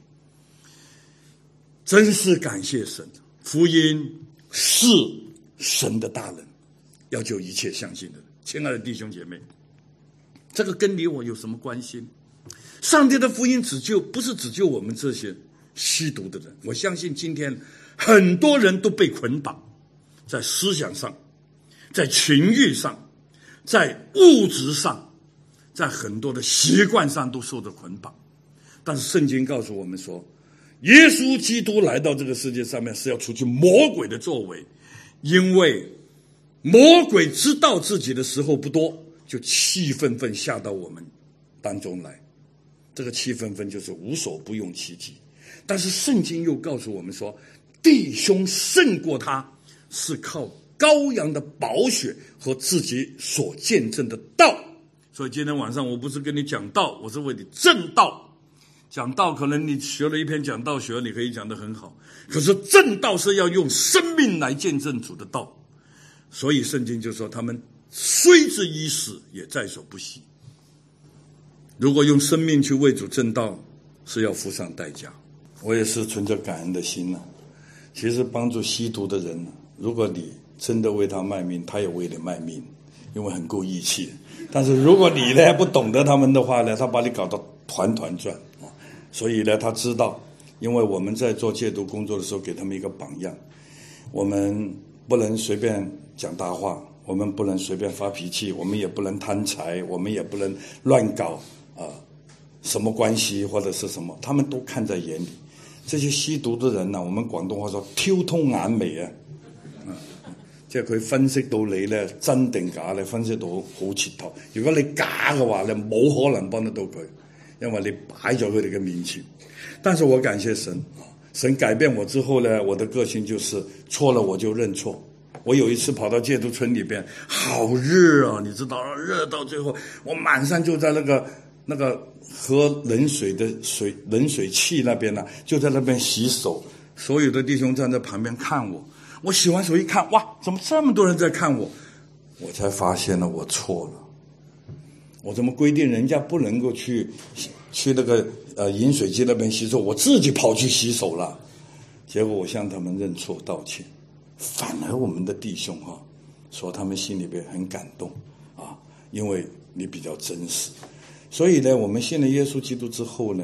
真是感谢神，福音是神的大能，要救一切相信的人。亲爱的弟兄姐妹，这个跟你我有什么关系？上帝的福音不是只救我们这些吸毒的人。我相信今天很多人都被捆绑，在思想上，在情欲上，在物质上，在很多的习惯上都受着捆绑。但是圣经告诉我们说，耶稣基督来到这个世界上面是要除去魔鬼的作为，因为魔鬼知道自己的时候不多，就气愤愤下到我们当中来。这个气愤愤就是无所不用其极。但是圣经又告诉我们说，弟兄胜过他是靠羔羊的宝血和自己所见证的道。所以今天晚上我不是跟你讲道，我是为你证道。讲道可能你学了一篇讲道学，你可以讲得很好，可是证道是要用生命来见证主的道。所以圣经就说他们虽至已死，也在所不惜。如果用生命去为主证道，是要付上代价。我也是存着感恩的心啊。其实帮助吸毒的人，如果你真的为他卖命，他也为你卖命，因为很够义气。但是如果你呢不懂得他们的话呢，他把你搞得团团转。所以呢，他知道，因为我们在做戒毒工作的时候给他们一个榜样，我们不能随便讲大话，我们不能随便发脾气，我们也不能贪财，我们也不能乱搞什么关系或者是什么，他们都看在眼里。这些吸毒的人呢，我们廣東話說挑通眼眉啊，即係佢分析到你咧真定假咧，分析到好切頭。如果你假嘅話，你冇可能幫得到佢，因為你擺在佢哋嘅面前。但是我感謝神，神改變我之後呢，我的個性就是錯了我就認錯。我有一次跑到戒毒村裏邊，好熱啊，你知道，熱到最後，我晚上就在那個喝冷水的冷水器那邊呢，就在那邊洗手。所有的弟兄站在旁邊看我，我洗完手一看，哇，怎麼這麼多人在看我？我才發現了我錯了。我怎麼規定人家不能夠去那個飲水機那邊洗手，我自己跑去洗手了。結果我向他們認錯道歉。反而我們的弟兄說他們心裏邊很感動因為你比較真實。所以呢，我們信了耶穌基督之後呢，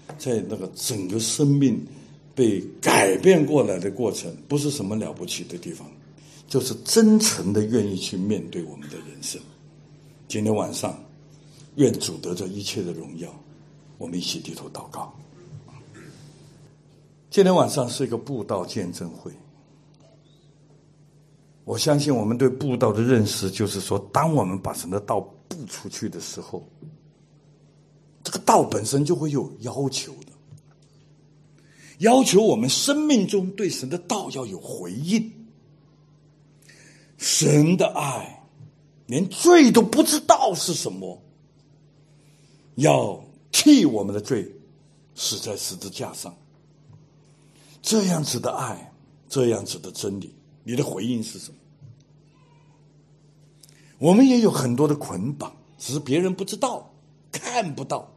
在那个整个生命被改变过来的过程，不是什么了不起的地方，就是真诚的愿意去面对我们的人生。今天晚上，愿主得着一切的荣耀，我们一起低头祷告。今天晚上是一个布道见证会，我相信我们对布道的认识就是说，当我们把神的道布出去的时候，这个道本身就会有要求的，要求我们生命中对神的道要有回应。神的爱连罪都不知道是什么，要替我们的罪死在十字架上。这样子的爱，这样子的真理，你的回应是什么？我们也有很多的捆绑，只是别人不知道，看不到。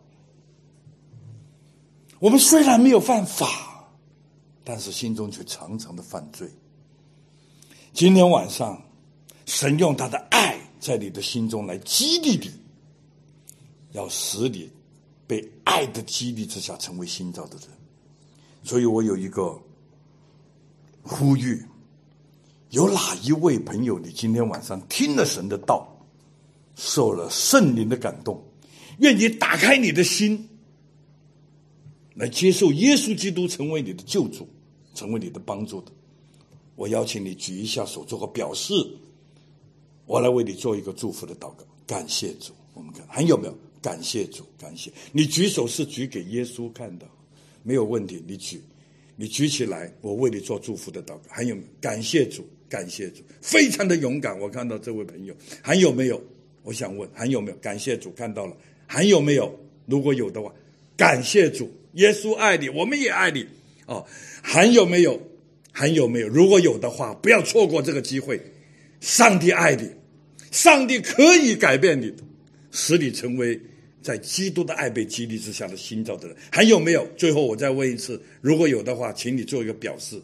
我们虽然没有犯法，但是心中却常常的犯罪。今天晚上，神用他的爱在你的心中来激励你，要使你被爱的激励之下成为新造的人。所以我有一个呼吁，有哪一位朋友你今天晚上听了神的道，受了圣灵的感动，愿意打开你的心来接受耶稣基督成为你的救主，成为你的帮助的，我邀请你举一下手做个表示，我来为你做一个祝福的祷告。感谢主，我们看还有没有？感谢主，感谢你举手是举给耶稣看的，没有问题，你举起来，我为你做祝福的祷告。还有没有？感谢主，感谢主，非常的勇敢。我看到这位朋友，还有没有？我想问还有没有？感谢主，看到了，还有没有？如果有的话，感谢主，耶稣爱你，我们也爱你哦。还有没有？还有没有？如果有的话，不要错过这个机会。上帝爱你，上帝可以改变你的，使你成为在基督的爱被激励之下的新造的人。还有没有？最后我再问一次，如果有的话，请你做一个表示。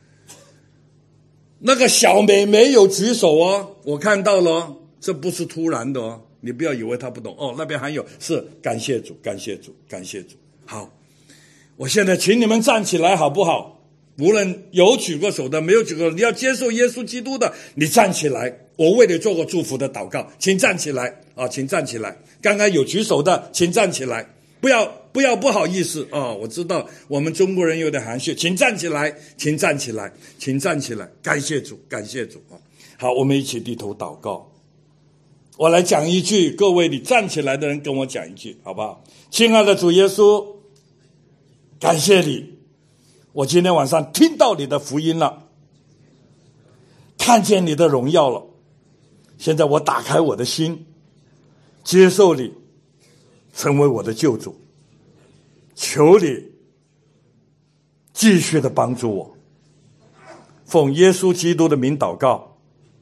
那个小美没有举手哦，我看到了，这不是突然的哦，你不要以为他不懂哦。那边还有，是感谢主，感谢主，感谢主。好，我现在请你们站起来好不好？无论有举过手的，没有举过，你要接受耶稣基督的，你站起来，我为你做个祝福的祷告，请站起来啊，请站起来。刚刚有举手的，请站起来，不要不好意思啊，我知道我们中国人有点含蓄，请站起来，请站起来，请站起来，感谢主，感谢主啊！好，我们一起低头祷告。我来讲一句，各位你站起来的人跟我讲一句，好不好？亲爱的主耶稣，感谢你，我今天晚上听到你的福音了，看见你的荣耀了。现在我打开我的心，接受你，成为我的救主。求你继续的帮助我，奉耶稣基督的名祷告，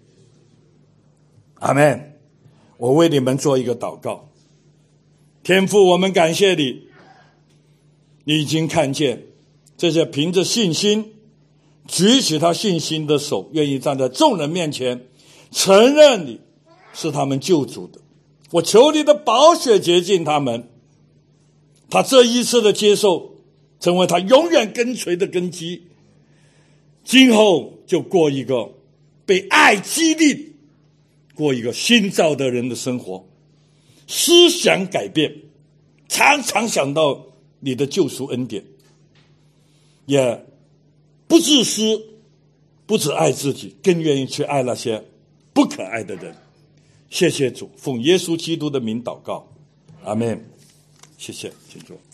阿们。我为你们做一个祷告。天父，我们感谢你，你已经看见这些凭着信心举起他信心的手，愿意站在众人面前承认你是他们救主的。我求你的宝血洁净他们，他这一次的接受成为他永远跟随的根基，今后就过一个被爱激励，过一个新造的人的生活，思想改变，常常想到你的救赎恩典，也不自私，不只爱自己，更愿意去爱那些不可爱的人。谢谢主，奉耶稣基督的名祷告，阿们。谢谢，请坐。